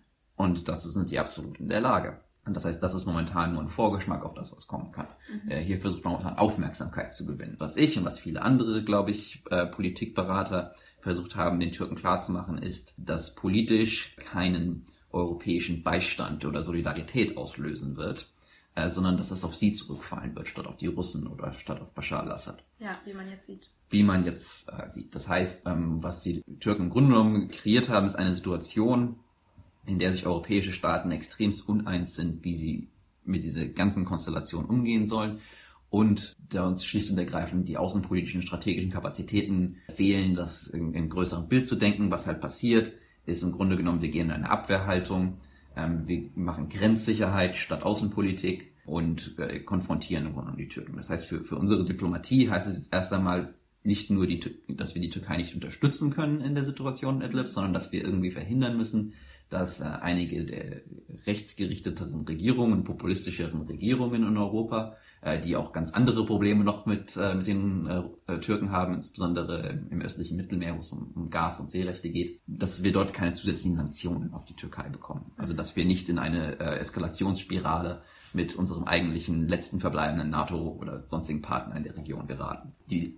A: Und dazu sind die absolut in der Lage. Und das heißt, das ist momentan nur ein Vorgeschmack auf das, was kommen kann. Hier versucht man momentan Aufmerksamkeit zu gewinnen. Was ich und was viele andere, glaube ich, Politikberater versucht haben, den Türken klarzumachen, ist, dass politisch keinen europäischen Beistand oder Solidarität auslösen wird, sondern dass das auf sie zurückfallen wird, statt auf die Russen oder statt auf Bashar al-Assad.
B: Ja, wie man jetzt sieht.
A: Wie man jetzt sieht. Das heißt, was die Türken im Grunde genommen kreiert haben, ist eine Situation, in der sich europäische Staaten extremst uneins sind, wie sie mit dieser ganzen Konstellation umgehen sollen und da uns schlicht und ergreifend die außenpolitischen, strategischen Kapazitäten fehlen, das in größerem Bild zu denken. Was halt passiert, ist im Grunde genommen, wir gehen in eine Abwehrhaltung, wir machen Grenzsicherheit statt Außenpolitik und konfrontieren im Grunde genommen die Türken. Das heißt, für unsere Diplomatie heißt es jetzt erst einmal nicht nur, dass wir die Türkei nicht unterstützen können in der Situation in Idlib, sondern dass wir irgendwie verhindern müssen, dass einige der rechtsgerichteteren Regierungen, populistischeren Regierungen in Europa, die auch ganz andere Probleme noch mit den Türken haben, insbesondere im östlichen Mittelmeer, wo es um Gas- und Seerechte geht, dass wir dort keine zusätzlichen Sanktionen auf die Türkei bekommen. Also dass wir nicht in eine Eskalationsspirale mit unserem eigentlichen letzten verbleibenden NATO- oder sonstigen Partner in der Region geraten. Die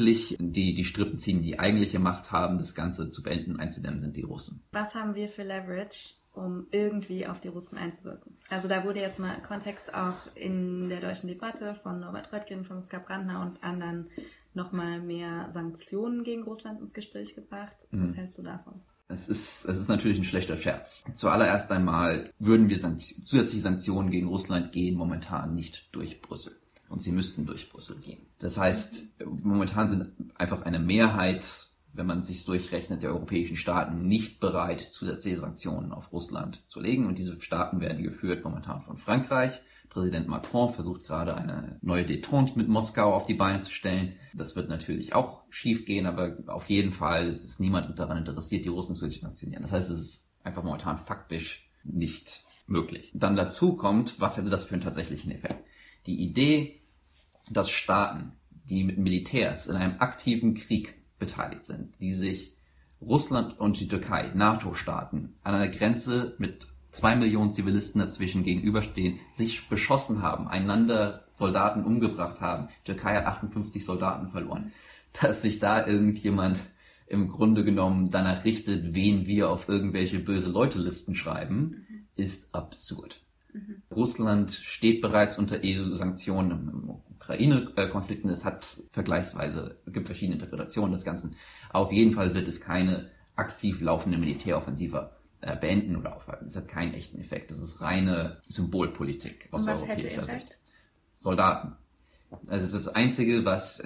A: Strippen ziehen, die eigentliche Macht haben, das Ganze zu beenden, einzudämmen, sind die Russen.
B: Was haben wir für Leverage, um irgendwie auf die Russen einzuwirken? Also da wurde jetzt mal Kontext auch in der deutschen Debatte von Norbert Röttgen, von Ska Brandner und anderen nochmal mehr Sanktionen gegen Russland ins Gespräch gebracht. Was hältst du davon?
A: Es ist natürlich ein schlechter Scherz. Zuallererst einmal würden wir zusätzliche Sanktionen gegen Russland gehen momentan nicht durch Brüssel. Und sie müssten durch Brüssel gehen. Das heißt, momentan sind einfach eine Mehrheit, wenn man es sich durchrechnet, der europäischen Staaten nicht bereit, zusätzliche Sanktionen auf Russland zu legen. Und diese Staaten werden geführt momentan von Frankreich, Präsident Macron versucht gerade eine neue Détente mit Moskau auf die Beine zu stellen. Das wird natürlich auch schief gehen, aber auf jeden Fall ist niemand daran interessiert, die Russen zu sanktionieren. Das heißt, es ist einfach momentan faktisch nicht möglich. Dann dazu kommt, was hätte das für einen tatsächlichen Effekt? Die Idee, dass Staaten, die mit Militärs in einem aktiven Krieg beteiligt sind, die sich Russland und die Türkei, NATO-Staaten, an einer Grenze mit 2 Millionen Zivilisten dazwischen gegenüberstehen, sich beschossen haben, einander Soldaten umgebracht haben. Die Türkei hat 58 Soldaten verloren. Dass sich da irgendjemand im Grunde genommen danach richtet, wen wir auf irgendwelche böse Leute-Listen schreiben, ist absurd. Russland steht bereits unter EU-Sanktionen im Ukraine-Konflikten. Es gibt verschiedene Interpretationen des Ganzen. Auf jeden Fall wird es keine aktiv laufende Militäroffensive beenden oder aufhalten. Das hat keinen echten Effekt. Das ist reine Symbolpolitik aus europäischer Sicht. Soldaten. Also es ist das Einzige, was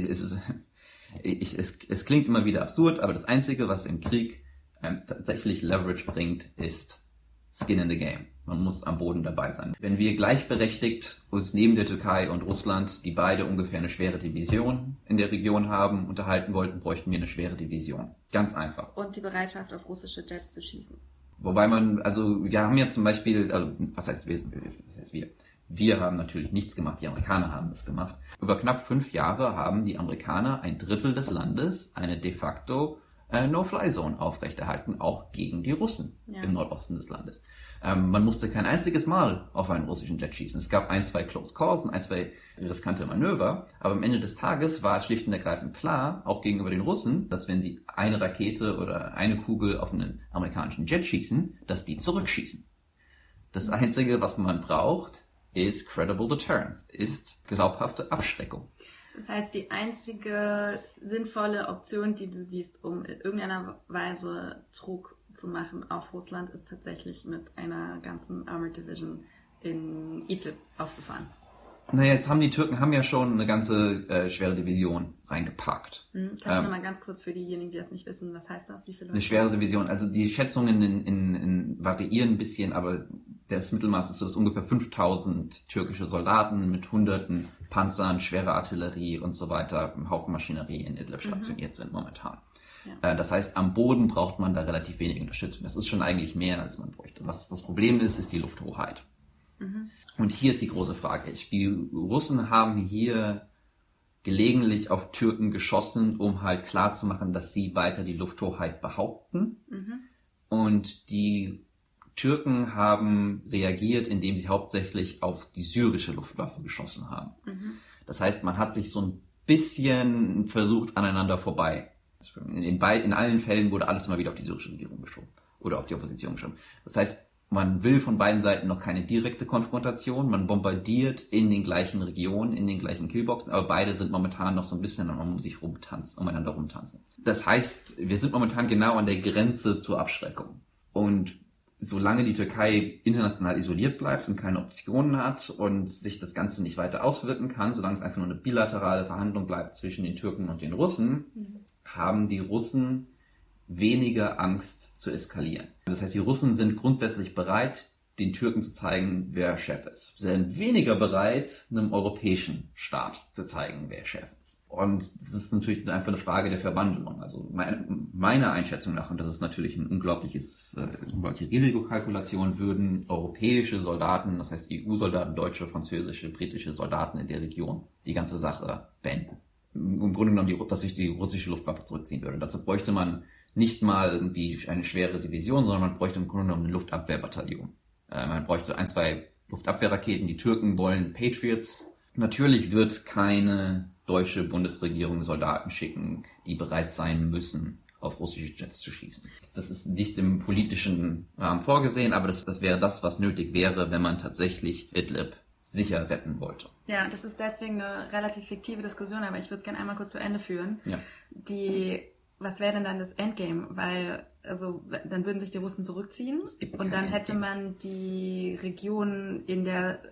A: es klingt immer wieder absurd, aber das Einzige, was im Krieg tatsächlich Leverage bringt, ist Skin in the Game. Man muss am Boden dabei sein. Wenn wir gleichberechtigt uns neben der Türkei und Russland, die beide ungefähr eine schwere Division in der Region haben, unterhalten wollten, bräuchten wir eine schwere Division. Ganz einfach.
B: Und die Bereitschaft, auf russische Jets zu schießen.
A: Wobei wir haben ja zum Beispiel, was heißt wir? Wir haben natürlich nichts gemacht, die Amerikaner haben das gemacht. Über knapp 5 Jahre haben die Amerikaner 1/3 des Landes eine de facto No-Fly-Zone aufrechterhalten, auch gegen die Russen im Nordosten des Landes. Man musste kein einziges Mal auf einen russischen Jet schießen. Es gab 1-2 Close Calls und 1-2 riskante Manöver, aber am Ende des Tages war es schlicht und ergreifend klar, auch gegenüber den Russen, dass wenn sie eine Rakete oder eine Kugel auf einen amerikanischen Jet schießen, dass die zurückschießen. Das Einzige, was man braucht, ist credible deterrence, ist glaubhafte Abschreckung.
B: Das heißt, die einzige sinnvolle Option, die du siehst, um in irgendeiner Weise Druck zu machen auf Russland, ist tatsächlich mit einer ganzen Armored Division in Idlib aufzufahren.
A: Naja, jetzt haben die Türken ja schon eine ganze schwere Division reingepackt.
B: Kannst du nochmal ganz kurz für diejenigen, die das nicht wissen, was heißt das? Wie viele Leute?
A: Eine schwere Division, also die Schätzungen variieren ein bisschen, aber das Mittelmaß ist so, dass ungefähr 5000 türkische Soldaten mit hunderten Panzern, schwere Artillerie und so weiter, einem Haufen Maschinerie in Idlib stationiert sind momentan. Ja. Das heißt, am Boden braucht man da relativ wenig Unterstützung. Das ist schon eigentlich mehr, als man bräuchte. Was das Problem ist die Lufthoheit. Und hier ist die große Frage. Die Russen haben hier gelegentlich auf Türken geschossen, um halt klarzumachen, dass sie weiter die Lufthoheit behaupten. Und die Türken haben reagiert, indem sie hauptsächlich auf die syrische Luftwaffe geschossen haben. Das heißt, man hat sich so ein bisschen versucht, aneinander vorbei. In allen Fällen wurde alles immer wieder auf die syrische Regierung geschoben oder auf die Opposition geschoben. Das heißt, man will von beiden Seiten noch keine direkte Konfrontation. Man bombardiert in den gleichen Regionen, in den gleichen Killboxen, aber beide sind momentan noch so ein bisschen umeinander rumtanzen. Das heißt, wir sind momentan genau an der Grenze zur Abschreckung. Und solange die Türkei international isoliert bleibt und keine Optionen hat und sich das Ganze nicht weiter auswirken kann, solange es einfach nur eine bilaterale Verhandlung bleibt zwischen den Türken und den Russen, haben die Russen weniger Angst zu eskalieren. Das heißt, die Russen sind grundsätzlich bereit, den Türken zu zeigen, wer Chef ist. Sie sind weniger bereit, einem europäischen Staat zu zeigen, wer Chef ist. Und das ist natürlich einfach eine Frage der Verwandlung. Also meiner Einschätzung nach, und das ist natürlich eine unglaubliche Risikokalkulation, würden europäische Soldaten, das heißt EU-Soldaten, deutsche, französische, britische Soldaten in der Region die ganze Sache beenden. Im Grunde genommen, dass sich die russische Luftwaffe zurückziehen würde. Dazu bräuchte man nicht mal irgendwie eine schwere Division, sondern man bräuchte im Grunde genommen eine Luftabwehrbataillon. Man bräuchte 1-2 Luftabwehrraketen. Die Türken wollen Patriots. Natürlich wird keine deutsche Bundesregierung Soldaten schicken, die bereit sein müssen, auf russische Jets zu schießen. Das ist nicht im politischen Rahmen vorgesehen, aber das wäre das, was nötig wäre, wenn man tatsächlich Idlib sicher retten wollte.
B: Ja, das ist deswegen eine relativ fiktive Diskussion, aber ich würde es gerne einmal kurz zu Ende führen.
A: Ja.
B: Was wäre denn dann das Endgame? Weil, dann würden sich die Russen zurückziehen und dann hätte man die Region in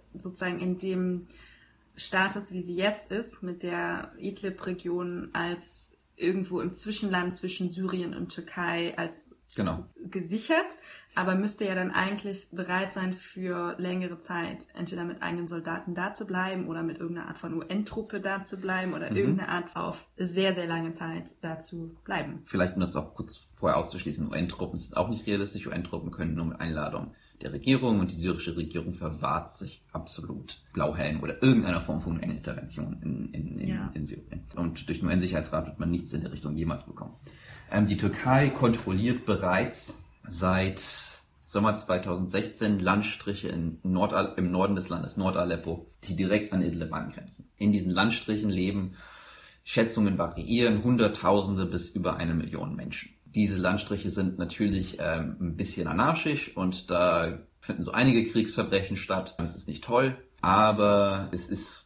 B: dem Status, wie sie jetzt ist, mit der Idlib-Region als irgendwo im Zwischenland zwischen Syrien und Türkei als gesichert, aber müsste ja dann eigentlich bereit sein, für längere Zeit entweder mit eigenen Soldaten da zu bleiben oder mit irgendeiner Art von UN-Truppe da zu bleiben oder irgendeine Art auf sehr, sehr lange Zeit da zu bleiben.
A: Vielleicht, um das auch kurz vorher auszuschließen, UN-Truppen sind auch nicht realistisch. UN-Truppen können nur mit Einladung der Regierung, und die syrische Regierung verwahrt sich absolut Blauhelm oder irgendeiner Form von UN-Intervention in Syrien. Und durch den UN-Sicherheitsrat wird man nichts in der Richtung jemals bekommen. Die Türkei kontrolliert bereits seit Sommer 2016 Landstriche im Norden des Landes, Nord-Aleppo, die direkt an Idlib angrenzen. In diesen Landstrichen leben, Schätzungen variieren, Hunderttausende bis über 1 Million Menschen. Diese Landstriche sind natürlich ein bisschen anarchisch und da finden so einige Kriegsverbrechen statt. Es ist nicht toll, aber es ist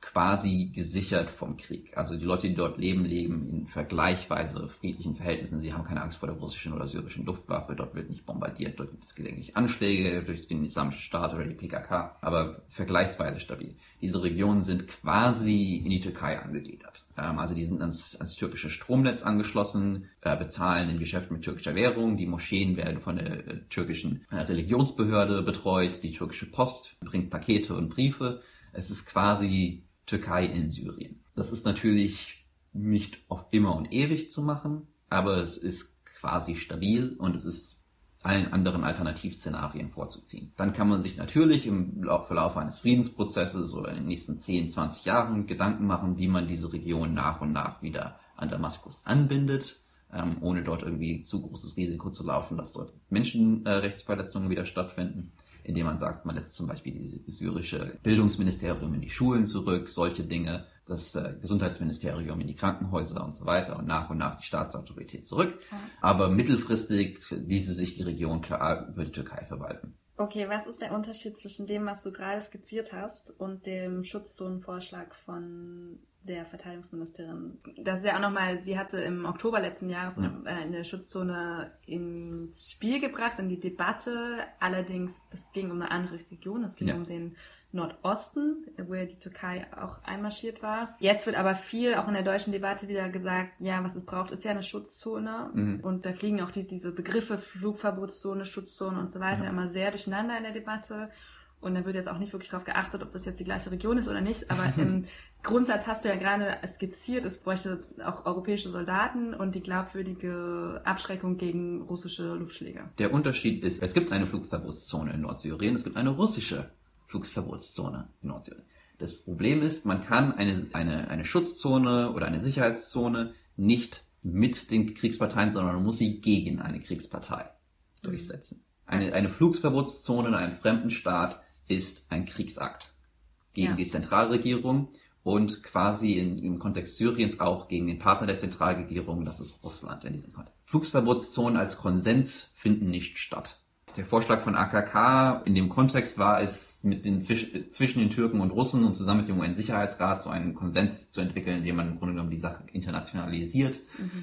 A: quasi gesichert vom Krieg. Also die Leute, die dort leben in vergleichsweise friedlichen Verhältnissen. Sie haben keine Angst vor der russischen oder syrischen Luftwaffe. Dort wird nicht bombardiert. Dort gibt es gelegentlich Anschläge durch den Islamischen Staat oder die PKK, aber vergleichsweise stabil. Diese Regionen sind quasi in die Türkei angegliedert. Also die sind ans türkische Stromnetz angeschlossen, bezahlen in Geschäften mit türkischer Währung. Die Moscheen werden von der türkischen Religionsbehörde betreut. Die türkische Post bringt Pakete und Briefe. Es ist quasi Türkei in Syrien. Das ist natürlich nicht auf immer und ewig zu machen, aber es ist quasi stabil und es ist allen anderen Alternativszenarien vorzuziehen. Dann kann man sich natürlich im Verlauf eines Friedensprozesses oder in den nächsten 10, 20 Jahren Gedanken machen, wie man diese Region nach und nach wieder an Damaskus anbindet, ohne dort irgendwie zu großes Risiko zu laufen, dass dort Menschenrechtsverletzungen wieder stattfinden, indem man sagt, man lässt zum Beispiel dieses syrische Bildungsministerium in die Schulen zurück, solche Dinge, das Gesundheitsministerium in die Krankenhäuser und so weiter und nach die Staatsautorität zurück. Aber mittelfristig ließe sich die Region klar über die Türkei verwalten.
B: Okay, was ist der Unterschied zwischen dem, was du gerade skizziert hast, und dem Schutzzonenvorschlag von der Verteidigungsministerin? Das ist ja auch nochmal, sie hatte im Oktober letzten Jahres eine Schutzzone ins Spiel gebracht, in die Debatte. Allerdings, es ging um eine andere Region, es ging um den Nordosten, wo ja die Türkei auch einmarschiert war. Jetzt wird aber viel, auch in der deutschen Debatte, wieder gesagt, ja, was es braucht, ist ja eine Schutzzone. Und da fliegen auch diese Begriffe Flugverbotszone, Schutzzone und so weiter immer sehr durcheinander in der Debatte. Und da wird jetzt auch nicht wirklich darauf geachtet, ob das jetzt die gleiche Region ist oder nicht. Aber im Grundsatz hast du ja gerade skizziert, es bräuchte auch europäische Soldaten und die glaubwürdige Abschreckung gegen russische Luftschläge.
A: Der Unterschied ist, es gibt eine Flugverbotszone in Nordsyrien, es gibt eine russische Flugverbotszone in Nordsyrien. Das Problem ist, man kann eine Schutzzone oder eine Sicherheitszone nicht mit den Kriegsparteien, sondern man muss sie gegen eine Kriegspartei durchsetzen. Eine Flugverbotszone in einem fremden Staat ist ein Kriegsakt gegen die Zentralregierung und quasi im Kontext Syriens auch gegen den Partner der Zentralregierung, das ist Russland in diesem Kontext. Flugverbotszonen als Konsens finden nicht statt. Der Vorschlag von AKK in dem Kontext war es, zwischen den Türken und Russen und zusammen mit dem UN-Sicherheitsrat so einen Konsens zu entwickeln, indem man im Grunde genommen die Sache internationalisiert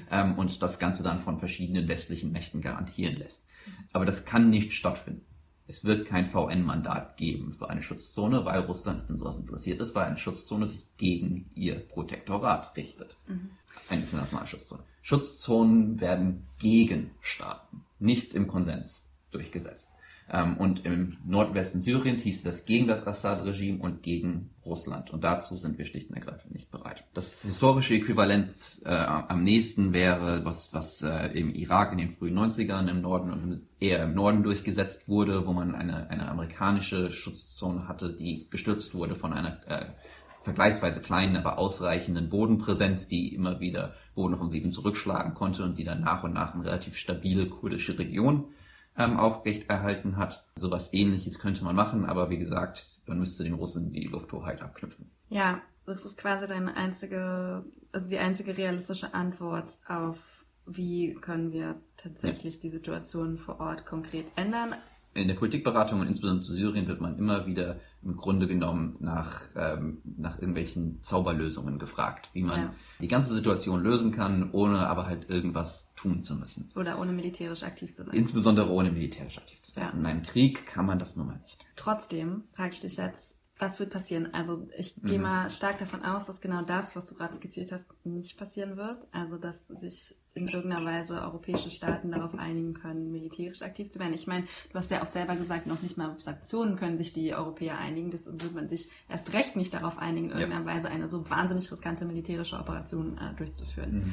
A: und das Ganze dann von verschiedenen westlichen Mächten garantieren lässt. Aber das kann nicht stattfinden. Es wird kein VN-Mandat geben für eine Schutzzone, weil Russland nicht in sowas interessiert ist, weil eine Schutzzone sich gegen ihr Protektorat richtet. Eine internationale Schutzzone. Schutzzonen werden gegen Staaten, nicht im Konsens durchgesetzt. Und im Nordwesten Syriens hieß das gegen das Assad-Regime und gegen Russland. Und dazu sind wir schlicht und ergreifend nicht bereit. Das historische Äquivalent am nächsten wäre, was im Irak in den frühen 90ern im Norden und eher im Norden durchgesetzt wurde, wo man eine amerikanische Schutzzone hatte, die gestützt wurde von einer vergleichsweise kleinen, aber ausreichenden Bodenpräsenz, die immer wieder Bodenoffensiven zurückschlagen konnte und die dann nach und nach eine relativ stabile kurdische Region aufrechterhalten hat. Sowas Ähnliches könnte man machen, aber wie gesagt, man müsste den Russen die Lufthoheit abknüpfen.
B: Ja, das ist quasi die einzige realistische Antwort auf, wie können wir tatsächlich die Situation vor Ort konkret ändern.
A: In der Politikberatung und insbesondere zu Syrien wird man immer wieder im Grunde genommen nach irgendwelchen Zauberlösungen gefragt, wie man die ganze Situation lösen kann, ohne aber halt irgendwas tun zu müssen.
B: Oder ohne militärisch aktiv zu sein.
A: Insbesondere ohne militärisch aktiv zu sein. Ja. In einem Krieg kann man das nun mal nicht.
B: Trotzdem frage ich dich jetzt, was wird passieren? Also ich gehe mal stark davon aus, dass genau das, was du gerade skizziert hast, nicht passieren wird. Also dass sich in irgendeiner Weise europäische Staaten darauf einigen können, militärisch aktiv zu werden. Ich meine, du hast ja auch selber gesagt, noch nicht mal auf Sanktionen können sich die Europäer einigen. Das wird man sich erst recht nicht darauf einigen, in irgendeiner Weise eine so wahnsinnig riskante militärische Operation durchzuführen.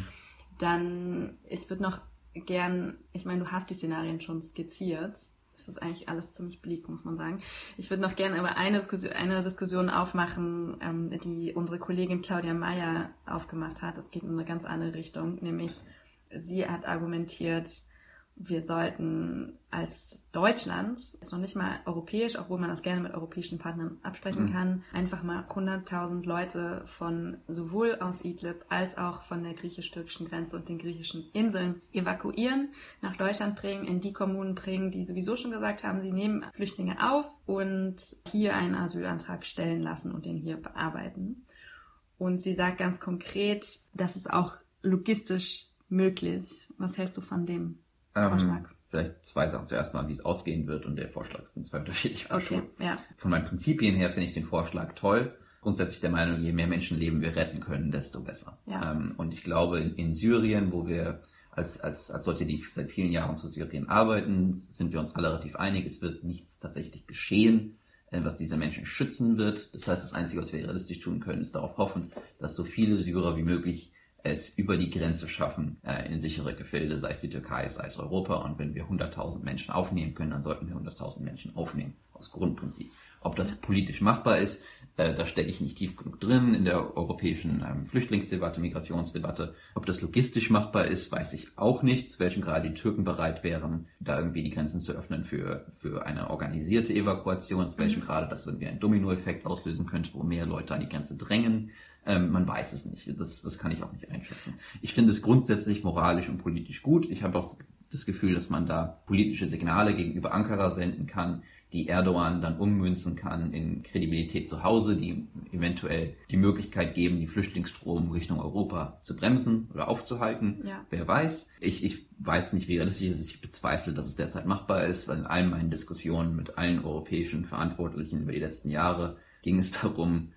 B: Dann, ich würde noch gern, ich meine, du hast die Szenarien schon skizziert. Das ist eigentlich alles ziemlich bleak, muss man sagen. Ich würde noch gerne aber eine Diskussion aufmachen, die unsere Kollegin Claudia Meyer aufgemacht hat. Das geht in eine ganz andere Richtung, nämlich sie hat argumentiert, wir sollten als Deutschland, jetzt noch nicht mal europäisch, obwohl man das gerne mit europäischen Partnern absprechen kann, einfach mal 100.000 Leute von sowohl aus Idlib als auch von der griechisch-türkischen Grenze und den griechischen Inseln evakuieren, nach Deutschland bringen, in die Kommunen bringen, die sowieso schon gesagt haben, sie nehmen Flüchtlinge auf und hier einen Asylantrag stellen lassen und den hier bearbeiten. Und sie sagt ganz konkret, das ist auch logistisch möglich. Was hältst du von dem Vorschlag?
A: Vielleicht zwei Sachen. Zuerst mal, wie es ausgehen wird, und der Vorschlag sind zwei unterschiedliche Vorschläge.
B: Okay, ja.
A: Von meinen Prinzipien her finde ich den Vorschlag toll. Grundsätzlich der Meinung, je mehr Menschenleben wir retten können, desto besser.
B: Ja.
A: Und ich glaube, in Syrien, wo wir als Leute, die seit vielen Jahren zu Syrien arbeiten, sind wir uns alle relativ einig, es wird nichts tatsächlich geschehen, was diese Menschen schützen wird. Das heißt, das Einzige, was wir realistisch tun können, ist darauf hoffen, dass so viele Syrer wie möglich es über die Grenze schaffen, in sichere Gefilde, sei es die Türkei, sei es Europa. Und wenn wir 100.000 Menschen aufnehmen können, dann sollten wir 100.000 Menschen aufnehmen, aus Grundprinzip. Ob das politisch machbar ist, da stecke ich nicht tief genug drin in der europäischen Flüchtlingsdebatte, Migrationsdebatte. Ob das logistisch machbar ist, weiß ich auch nicht, zu welchem Grade die Türken bereit wären, da irgendwie die Grenzen zu öffnen für eine organisierte Evakuation, zu welchem Grade das irgendwie einen Dominoeffekt auslösen könnte, wo mehr Leute an die Grenze drängen. Man weiß es nicht. Das kann ich auch nicht einschätzen. Ich finde es grundsätzlich moralisch und politisch gut. Ich habe auch das Gefühl, dass man da politische Signale gegenüber Ankara senden kann, die Erdogan dann ummünzen kann in Kredibilität zu Hause, die eventuell die Möglichkeit geben, die Flüchtlingsstrom Richtung Europa zu bremsen oder aufzuhalten.
B: Ja.
A: Wer weiß. Ich weiß nicht, wie realistisch es ist. Ich bezweifle, dass es derzeit machbar ist. In all meinen Diskussionen mit allen europäischen Verantwortlichen über die letzten Jahre ging es darum,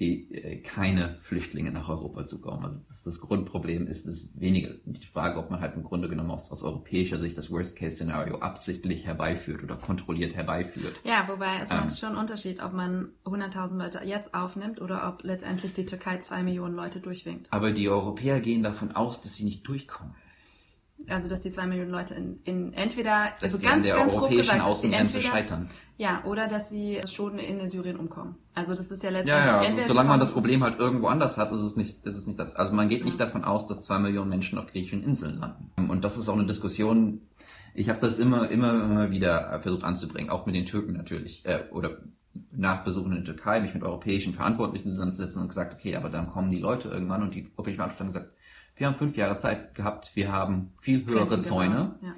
A: keine Flüchtlinge nach Europa zu kommen. Also das Grundproblem ist weniger die Frage, ob man halt im Grunde genommen aus europäischer Sicht das Worst-Case-Szenario absichtlich herbeiführt oder kontrolliert herbeiführt.
B: Ja, wobei es macht schon einen Unterschied, ob man 100.000 Leute jetzt aufnimmt oder ob letztendlich die Türkei 2 Millionen Leute durchwinkt.
A: Aber die Europäer gehen davon aus, dass sie nicht durchkommen.
B: Also, dass die 2 Millionen Leute in entweder,
A: dass
B: also
A: sie an der
B: ganz
A: europäischen
B: grob gesagt,
A: Außengrenze scheitern.
B: Ja, oder dass sie schon in Syrien umkommen. Also, das ist ja letztendlich...
A: Ja, also, solange man das Problem halt irgendwo anders hat, ist es nicht das. Also, man geht nicht davon aus, dass 2 Millionen Menschen auf griechischen Inseln landen. Und das ist auch eine Diskussion, ich habe das immer wieder versucht anzubringen, auch mit den Türken natürlich, oder nach Besuchen in der Türkei, mich mit europäischen Verantwortlichen zusammenzusetzen und gesagt, okay, aber dann kommen die Leute irgendwann, und die europäischen Verantwortlichen haben gesagt, wir haben 5 Jahre Zeit gehabt, wir haben viel höhere Zäune. Ja.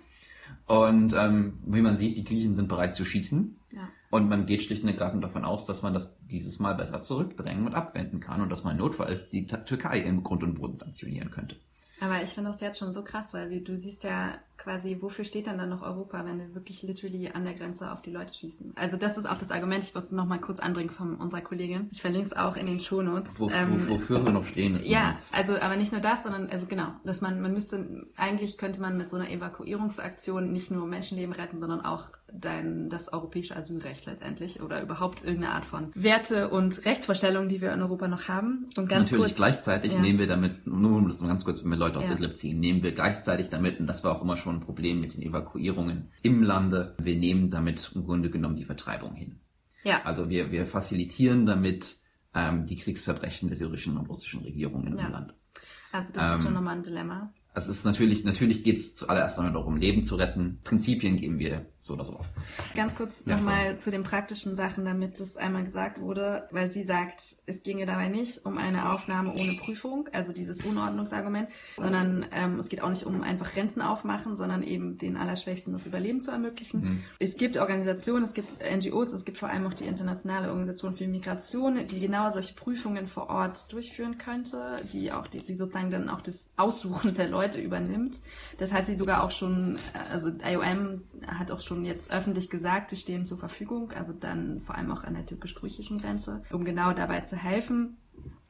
A: Und wie man sieht, die Griechen sind bereit zu schießen. Ja. Und man geht schlicht und ergreifend davon aus, dass man das dieses Mal besser zurückdrängen und abwenden kann und dass man notfalls die Türkei im Grund und Boden sanktionieren könnte.
B: Aber ich finde das jetzt schon so krass, weil du siehst ja quasi, wofür steht dann noch Europa, wenn wir wirklich literally an der Grenze auf die Leute schießen? Also das ist auch das Argument, ich wollte es nochmal kurz anbringen von unserer Kollegin. Ich verlinke es auch in den Shownotes.
A: Wofür wir noch stehen. Ist
B: ja, also aber nicht nur das, sondern also genau, dass man eigentlich könnte man mit so einer Evakuierungsaktion nicht nur Menschenleben retten, sondern auch das europäische Asylrecht letztendlich oder überhaupt irgendeine Art von Werte und Rechtsvorstellungen, die wir in Europa noch haben. Und ganz
A: natürlich
B: kurz,
A: gleichzeitig nehmen wir damit, nur um das ganz kurz, wenn wir Leute aus Idlib ziehen, nehmen wir gleichzeitig damit, und das war auch immer schon ein Problem mit den Evakuierungen im Lande, wir nehmen damit im Grunde genommen die Vertreibung hin. Ja. Also wir facilitieren damit die Kriegsverbrechen der syrischen und russischen Regierungen im Land.
B: Also das ist schon nochmal ein Dilemma.
A: Also es ist natürlich geht es zuallererst einmal darum, Leben zu retten. Prinzipien geben wir so oder so auf.
B: Ganz kurz nochmal zu den praktischen Sachen, damit es einmal gesagt wurde, weil sie sagt, es ginge dabei nicht um eine Aufnahme ohne Prüfung, also dieses Unordnungsargument, sondern es geht auch nicht um einfach Grenzen aufmachen, sondern eben den Allerschwächsten das Überleben zu ermöglichen. Mhm. Es gibt Organisationen, es gibt NGOs, es gibt vor allem auch die Internationale Organisation für Migration, die genau solche Prüfungen vor Ort durchführen könnte, die sozusagen dann auch das Aussuchen der Leute übernimmt. Das hat sie sogar auch schon, also IOM hat auch schon jetzt öffentlich gesagt, sie stehen zur Verfügung, also dann vor allem auch an der türkisch-griechischen Grenze, um genau dabei zu helfen.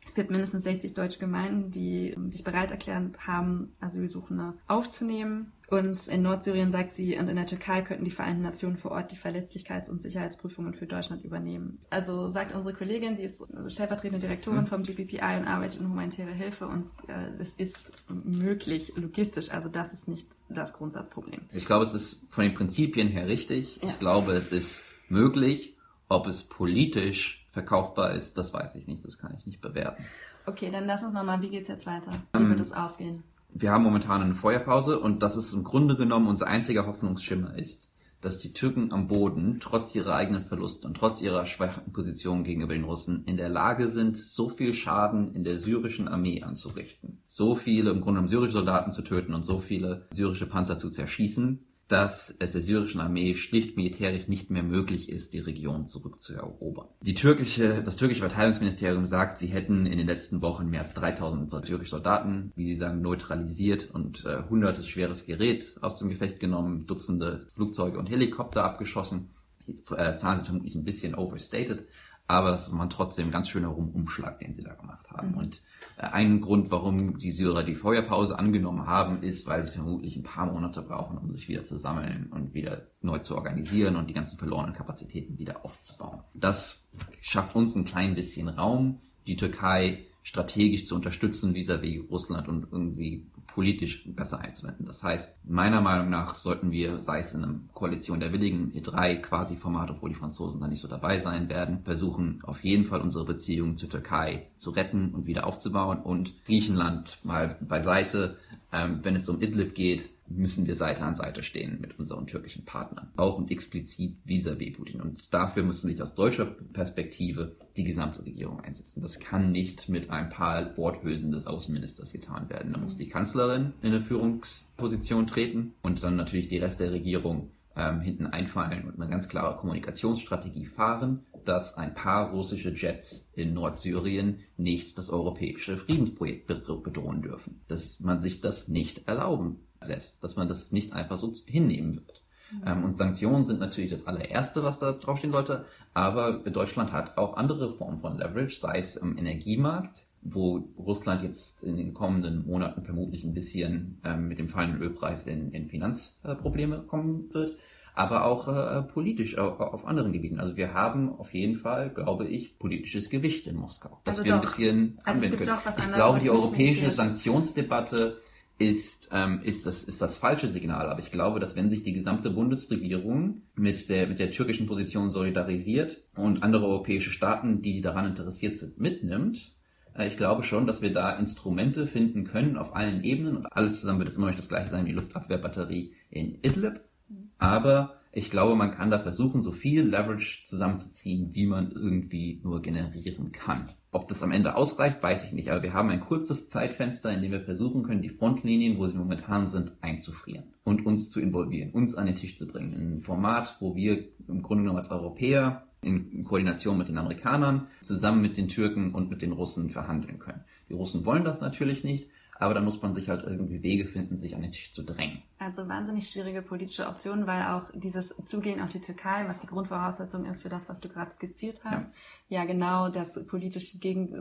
B: Es gibt mindestens 60 deutsche Gemeinden, die sich bereit erklärt haben, Asylsuchende aufzunehmen. Und in Nordsyrien, sagt sie, und in der Türkei könnten die Vereinten Nationen vor Ort die Verlässlichkeits- und Sicherheitsprüfungen für Deutschland übernehmen. Also sagt unsere Kollegin, die ist stellvertretende Direktorin vom GPPI und arbeitet in humanitäre Hilfe, und es ist möglich, logistisch. Also das ist nicht das Grundsatzproblem.
A: Ich glaube, es ist von den Prinzipien her richtig.
B: Ja.
A: Ich glaube, es ist möglich. Ob es politisch verkaufbar ist, das weiß ich nicht. Das kann ich nicht bewerten.
B: Okay, dann lass uns nochmal, wie geht's jetzt weiter? Wie wird es ausgehen?
A: Wir haben momentan eine Feuerpause, und das ist im Grunde genommen unser einziger Hoffnungsschimmer ist, dass die Türken am Boden, trotz ihrer eigenen Verluste und trotz ihrer schwachen Position gegenüber den Russen, in der Lage sind, so viel Schaden in der syrischen Armee anzurichten, so viele im Grunde genommen syrische Soldaten zu töten und so viele syrische Panzer zu zerschießen, dass es der syrischen Armee schlicht militärisch nicht mehr möglich ist, die Region zurückzuerobern. Das türkische Verteidigungsministerium sagt, sie hätten in den letzten Wochen mehr als 3000 türkische Soldaten, wie sie sagen, neutralisiert und hundertes schweres Gerät aus dem Gefecht genommen, Dutzende Flugzeuge und Helikopter abgeschossen. Die Zahlen sind vermutlich ein bisschen overstated, aber es ist man trotzdem ein ganz schöner Umschlag, den sie da gemacht haben. Und ein Grund, warum die Syrer die Feuerpause angenommen haben, ist, weil sie vermutlich ein paar Monate brauchen, um sich wieder zu sammeln und wieder neu zu organisieren und die ganzen verlorenen Kapazitäten wieder aufzubauen. Das schafft uns ein klein bisschen Raum, die Türkei strategisch zu unterstützen vis-à-vis Russland und irgendwie politisch besser einzuwenden. Das heißt, meiner Meinung nach sollten wir, sei es in einer Koalition der Willigen, E3-Quasi-Format, obwohl die Franzosen da nicht so dabei sein werden, versuchen auf jeden Fall unsere Beziehungen zur Türkei zu retten und wieder aufzubauen, und Griechenland mal beiseite. Wenn es um Idlib geht, müssen wir Seite an Seite stehen mit unseren türkischen Partnern. Auch und explizit vis-à-vis Putin. Und dafür müssen sich aus deutscher Perspektive die gesamte Regierung einsetzen. Das kann nicht mit ein paar Worthülsen des Außenministers getan werden. Da muss die Kanzlerin in eine Führungsposition treten und dann natürlich die Rest der Regierung hinten einfallen und eine ganz klare Kommunikationsstrategie fahren, dass ein paar russische Jets in Nordsyrien nicht das europäische Friedensprojekt bedrohen dürfen. Dass man sich das nicht erlauben lässt, dass man das nicht einfach so hinnehmen wird. Und Sanktionen sind natürlich das allererste, was da draufstehen sollte, aber Deutschland hat auch andere Formen von Leverage, sei es im Energiemarkt, wo Russland jetzt in den kommenden Monaten vermutlich ein bisschen mit dem fallenden Ölpreis in Finanzprobleme kommen wird, aber auch politisch auf anderen Gebieten. Also wir haben auf jeden Fall, glaube ich, politisches Gewicht in Moskau, das wir ein bisschen anwenden können. Ich glaube, die europäische Sanktionsdebatte ist das falsche Signal. Aber ich glaube, dass wenn sich die gesamte Bundesregierung mit der türkischen Position solidarisiert und andere europäische Staaten, die daran interessiert sind, mitnimmt, ich glaube schon, dass wir da Instrumente finden können auf allen Ebenen. Und alles zusammen wird es immer noch das gleiche sein wie die Luftabwehrbatterie in Idlib. Aber ich glaube, man kann da versuchen, so viel Leverage zusammenzuziehen, wie man irgendwie nur generieren kann. Ob das am Ende ausreicht, weiß ich nicht. Aber wir haben ein kurzes Zeitfenster, in dem wir versuchen können, die Frontlinien, wo sie momentan sind, einzufrieren und uns zu involvieren, uns an den Tisch zu bringen. In ein Format, wo wir im Grunde genommen als Europäer in Koordination mit den Amerikanern zusammen mit den Türken und mit den Russen verhandeln können. Die Russen wollen das natürlich nicht, aber dann muss man sich halt irgendwie Wege finden, sich an den Tisch zu drängen.
B: Also wahnsinnig schwierige politische Optionen, weil auch dieses Zugehen auf die Türkei, was die Grundvoraussetzung ist für das, was du gerade skizziert hast, ja genau das politisch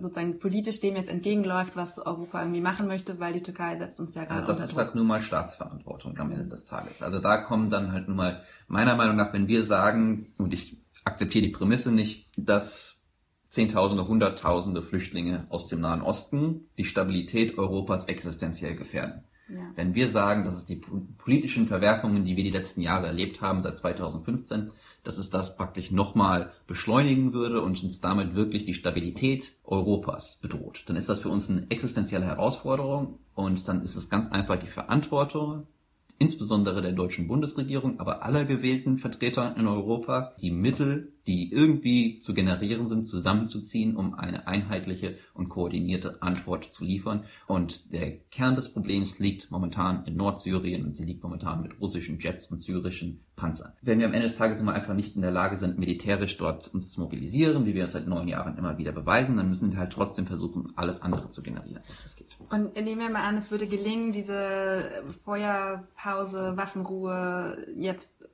B: dem jetzt entgegenläuft, was Europa irgendwie machen möchte, weil die Türkei setzt uns ja gerade unter Druck.
A: Das ist halt nun mal Staatsverantwortung am Ende des Tages. Also da kommen dann halt nun mal, meiner Meinung nach, wenn wir sagen, und ich akzeptiere die Prämisse nicht, dass Zehntausende, Hunderttausende Flüchtlinge aus dem Nahen Osten die Stabilität Europas existenziell gefährden. Ja. Wenn wir sagen, dass es die politischen Verwerfungen, die wir die letzten Jahre erlebt haben, seit 2015, dass es das praktisch nochmal beschleunigen würde und uns damit wirklich die Stabilität Europas bedroht, dann ist das für uns eine existenzielle Herausforderung, und dann ist es ganz einfach die Verantwortung, insbesondere der deutschen Bundesregierung, aber aller gewählten Vertreter in Europa, die Mittel, die irgendwie zu generieren sind, zusammenzuziehen, um eine einheitliche und koordinierte Antwort zu liefern. Und der Kern des Problems liegt momentan in Nordsyrien, und sie liegt momentan mit russischen Jets und syrischen Panzern. Wenn wir am Ende des Tages immer einfach nicht in der Lage sind, militärisch dort uns zu mobilisieren, wie wir es seit 9 Jahren immer wieder beweisen, dann müssen wir halt trotzdem versuchen, alles andere zu generieren, was es gibt.
B: Und nehmen wir mal an, es würde gelingen, diese Feuerpause, Waffenruhe jetzt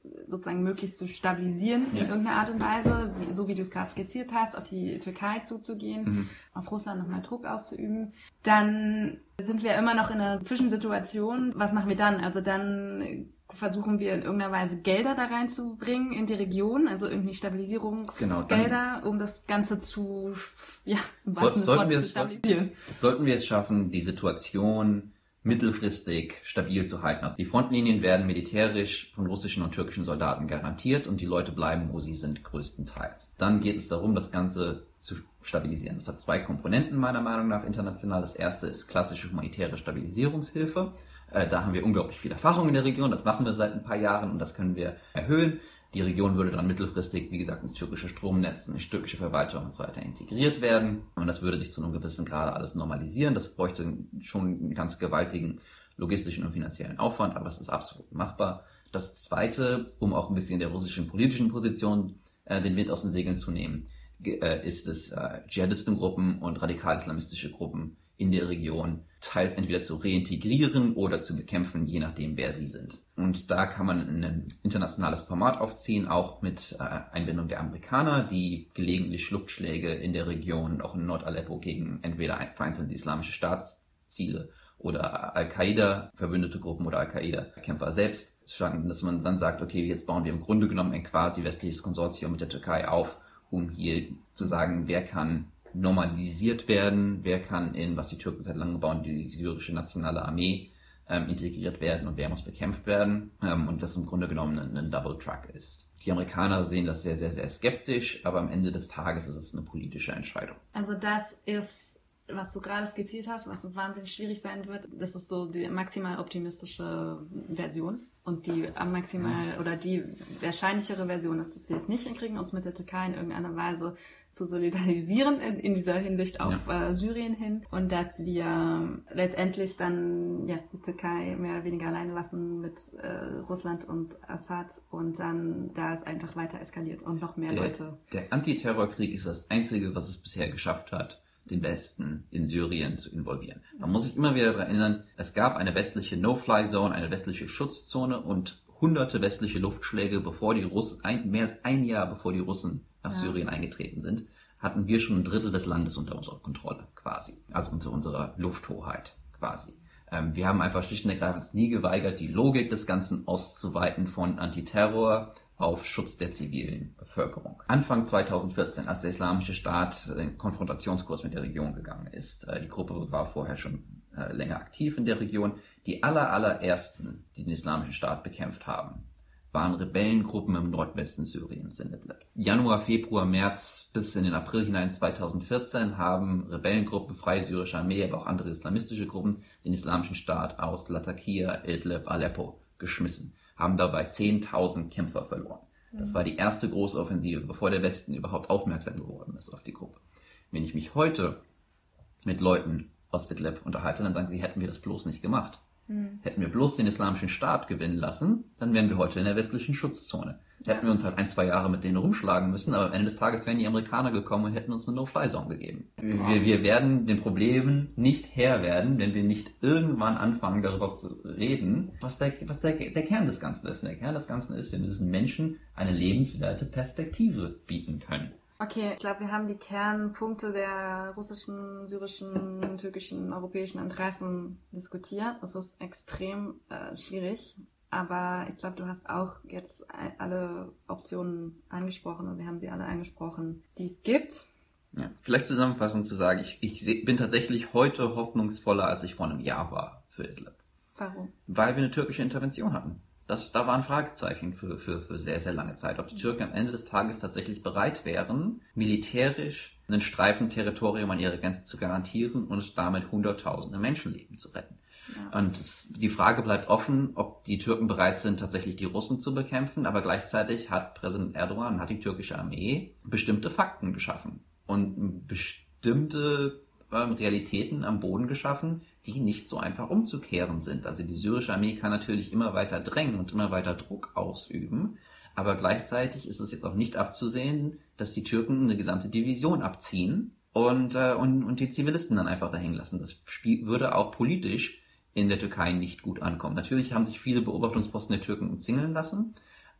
B: sozusagen möglichst zu stabilisieren in irgendeiner Art und Weise, so wie du es gerade skizziert hast, auf die Türkei zuzugehen, auf Russland nochmal Druck auszuüben, dann sind wir immer noch in einer Zwischensituation. Was machen wir dann? Also dann versuchen wir in irgendeiner Weise Gelder da reinzubringen in die Region, also irgendwie Stabilisierungsgelder, um das Ganze zu, im wahrsten Sinne des Wortes zu stabilisieren.
A: Sollten wir es schaffen, die Situation mittelfristig stabil zu halten. Also die Frontlinien werden militärisch von russischen und türkischen Soldaten garantiert und die Leute bleiben, wo sie sind, größtenteils. Dann geht es darum, das Ganze zu stabilisieren. Das hat zwei Komponenten meiner Meinung nach international. Das erste ist klassische humanitäre Stabilisierungshilfe. Da haben wir unglaublich viel Erfahrung in der Region. Das machen wir seit ein paar Jahren und das können wir erhöhen. Die Region würde dann mittelfristig, wie gesagt, ins türkische Stromnetz, in die türkische Verwaltung und so weiter integriert werden. Und das würde sich zu einem gewissen Grade alles normalisieren. Das bräuchte schon einen ganz gewaltigen logistischen und finanziellen Aufwand, aber es ist absolut machbar. Das Zweite, um auch ein bisschen der russischen politischen Position den Wind aus den Segeln zu nehmen, ist es, Dschihadistengruppen und radikal-islamistische Gruppen in der Region teils entweder zu reintegrieren oder zu bekämpfen, je nachdem, wer sie sind. Und da kann man ein internationales Format aufziehen, auch mit Einbindung der Amerikaner, die gelegentlich Luftschläge in der Region, auch in Nord-Aleppo, gegen entweder vereinzelte islamische Staatsziele oder Al-Qaida, verbündete Gruppen oder Al-Qaida-Kämpfer selbst schlagen, dass man dann sagt, okay, jetzt bauen wir im Grunde genommen ein quasi westliches Konsortium mit der Türkei auf, um hier zu sagen, wer kann normalisiert werden, wer kann in, was die Türken seit langem bauen, die syrische nationale Armee integriert werden und wer muss bekämpft werden und das im Grunde genommen ein Double Track ist. Die Amerikaner sehen das sehr, sehr, sehr skeptisch, aber am Ende des Tages ist es eine politische Entscheidung.
B: Also das ist, was du gerade skizziert hast, was so wahnsinnig schwierig sein wird, das ist so die maximal optimistische Version und die maximal oder die wahrscheinlichere Version ist, dass wir es nicht hinkriegen, uns mit der Türkei in irgendeiner Weise zu solidarisieren in dieser Hinsicht auf Syrien hin und dass wir letztendlich dann die Türkei mehr oder weniger alleine lassen mit Russland und Assad und dann da es einfach weiter eskaliert und noch mehr Leute.
A: Der Antiterrorkrieg ist das Einzige, was es bisher geschafft hat, den Westen in Syrien zu involvieren. Man muss sich immer wieder daran erinnern, es gab eine westliche No-Fly-Zone, eine westliche Schutzzone und hunderte westliche Luftschläge, bevor die Russen, ein Jahr bevor die Russen nach Syrien eingetreten sind, hatten wir schon ein Drittel des Landes unter unserer Kontrolle, quasi. Also unter unserer Lufthoheit, quasi. Wir haben einfach schlicht und ergreifend nie geweigert, die Logik des Ganzen auszuweiten von Antiterror auf Schutz der zivilen Bevölkerung. Anfang 2014, als der Islamische Staat den Konfrontationskurs mit der Region gegangen ist, die Gruppe war vorher schon länger aktiv in der Region, die allerersten, die den Islamischen Staat bekämpft haben, waren Rebellengruppen im Nordwesten Syriens in Idlib. Januar, Februar, März bis in den April hinein 2014 haben Rebellengruppen, Freie Syrische Armee, aber auch andere islamistische Gruppen den Islamischen Staat aus Latakia, Idlib, Aleppo geschmissen, haben dabei 10.000 Kämpfer verloren. Das war die erste große Offensive, bevor der Westen überhaupt aufmerksam geworden ist auf die Gruppe. Wenn ich mich heute mit Leuten aus Idlib unterhalte, dann sagen sie, hätten wir das bloß nicht gemacht. Hätten wir bloß den Islamischen Staat gewinnen lassen, dann wären wir heute in der westlichen Schutzzone. Hätten wir uns halt 1-2 Jahre mit denen rumschlagen müssen, aber am Ende des Tages wären die Amerikaner gekommen und hätten uns eine No-Fly-Zone gegeben. Wir werden den Problemen nicht Herr werden, wenn wir nicht irgendwann anfangen, darüber zu reden, was der Kern des Ganzen ist. Der Kern des Ganzen ist, wir müssen Menschen eine lebenswerte Perspektive bieten können.
B: Okay, ich glaube, wir haben die Kernpunkte der russischen, syrischen, türkischen, europäischen Interessen diskutiert. Es ist extrem schwierig, aber ich glaube, du hast auch jetzt alle Optionen angesprochen und wir haben sie alle angesprochen, die es gibt.
A: Ja, vielleicht zusammenfassend zu sagen, ich bin tatsächlich heute hoffnungsvoller, als ich vor einem Jahr war für Idlib.
B: Warum?
A: Weil wir eine türkische Intervention hatten. Da waren Fragezeichen für sehr, sehr lange Zeit. Ob die Türken am Ende des Tages tatsächlich bereit wären, militärisch einen Streifen Territorium an ihrer Grenze zu garantieren und damit hunderttausende Menschenleben zu retten. Ja. Und die Frage bleibt offen, ob die Türken bereit sind, tatsächlich die Russen zu bekämpfen, aber gleichzeitig hat Präsident Erdogan, hat die türkische Armee bestimmte Fakten geschaffen und bestimmte Realitäten am Boden geschaffen, die nicht so einfach umzukehren sind. Also die syrische Armee kann natürlich immer weiter drängen und immer weiter Druck ausüben, aber gleichzeitig ist es jetzt auch nicht abzusehen, dass die Türken eine gesamte Division abziehen und die Zivilisten dann einfach da hängen lassen. Das würde auch politisch in der Türkei nicht gut ankommen. Natürlich haben sich viele Beobachtungsposten der Türken umzingeln lassen,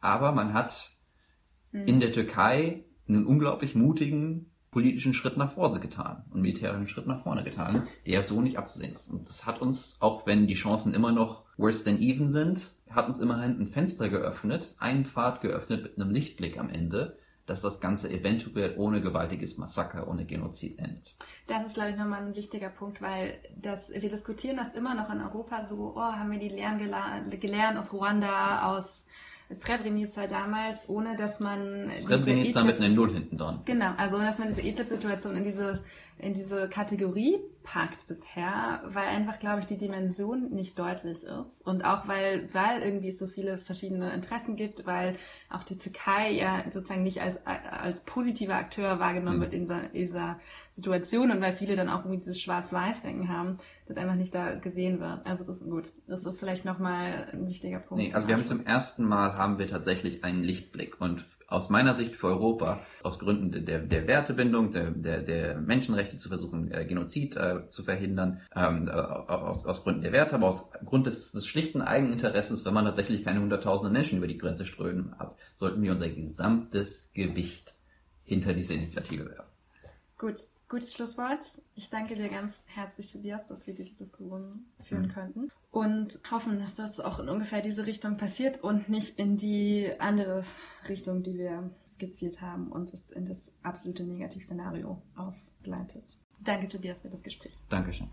A: Aber man hat in der Türkei einen unglaublich mutigen politischen Schritt nach vorne getan und militärischen Schritt nach vorne getan, der so nicht abzusehen ist. Und das hat uns, auch wenn die Chancen immer noch worse than even sind, hat uns immerhin ein Fenster geöffnet, einen Pfad geöffnet mit einem Lichtblick am Ende, dass das Ganze eventuell ohne gewaltiges Massaker, ohne Genozid endet.
B: Das ist, glaube ich, nochmal ein wichtiger Punkt, weil wir diskutieren das immer noch in Europa so, haben wir die Lehren gelernt aus Ruanda, aus Srebrenica damals, ohne dass man
A: Srebrenica mit einem Null hinten dran.
B: Genau, also ohne dass man diese Idlib-Situation in diese Kategorie packt bisher, weil einfach, glaube ich, die Dimension nicht deutlich ist. Und auch weil irgendwie es so viele verschiedene Interessen gibt, weil auch die Türkei ja sozusagen nicht als positiver Akteur wahrgenommen wird in dieser Situation und weil viele dann auch irgendwie dieses Schwarz-Weiß-Denken haben, das einfach nicht da gesehen wird. Also das ist gut. Das ist vielleicht nochmal ein wichtiger Punkt.
A: Also zum ersten Mal haben wir tatsächlich einen Lichtblick und aus meiner Sicht für Europa, aus Gründen der Wertebindung, der Menschenrechte zu versuchen, Genozid zu verhindern, aus Gründen der Werte, aber aus Grund des schlichten Eigeninteresses, wenn man tatsächlich keine hunderttausende Menschen über die Grenze strömen hat, sollten wir unser gesamtes Gewicht hinter diese Initiative werfen.
B: Gutes Schlusswort. Ich danke dir ganz herzlich, Tobias, dass wir diese Diskussion führen konnten und hoffen, dass das auch in ungefähr diese Richtung passiert und nicht in die andere Richtung, die wir skizziert haben und es in das absolute Negativszenario ausgleitet. Danke, Tobias, für das Gespräch.
A: Dankeschön.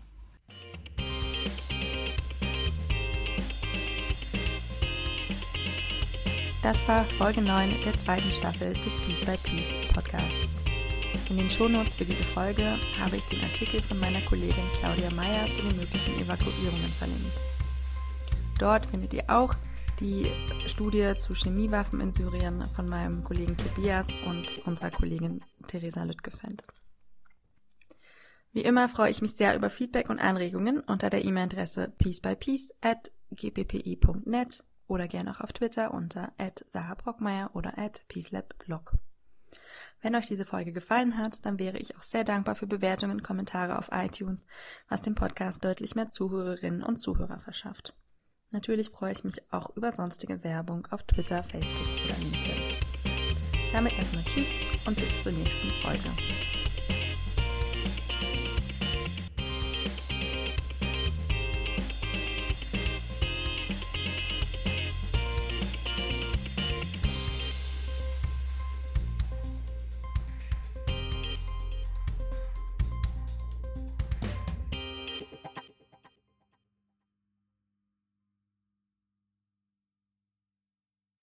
B: Das war Folge 9 der zweiten Staffel des Piece by Piece Podcasts. In den Shownotes für diese Folge habe ich den Artikel von meiner Kollegin Claudia Meyer zu den möglichen Evakuierungen verlinkt. Dort findet ihr auch die Studie zu Chemiewaffen in Syrien von meinem Kollegen Tobias und unserer Kollegin Theresa Lüttgefend. Wie immer freue ich mich sehr über Feedback und Anregungen unter der E-Mail-Adresse piecebypiece@gppi.net oder gerne auch auf Twitter unter @sarabrockmeier oder @peacelabblog. Wenn euch diese Folge gefallen hat, dann wäre ich auch sehr dankbar für Bewertungen und Kommentare auf iTunes, was dem Podcast deutlich mehr Zuhörerinnen und Zuhörer verschafft. Natürlich freue ich mich auch über sonstige Werbung auf Twitter, Facebook oder LinkedIn. Damit erstmal Tschüss und bis zur nächsten Folge.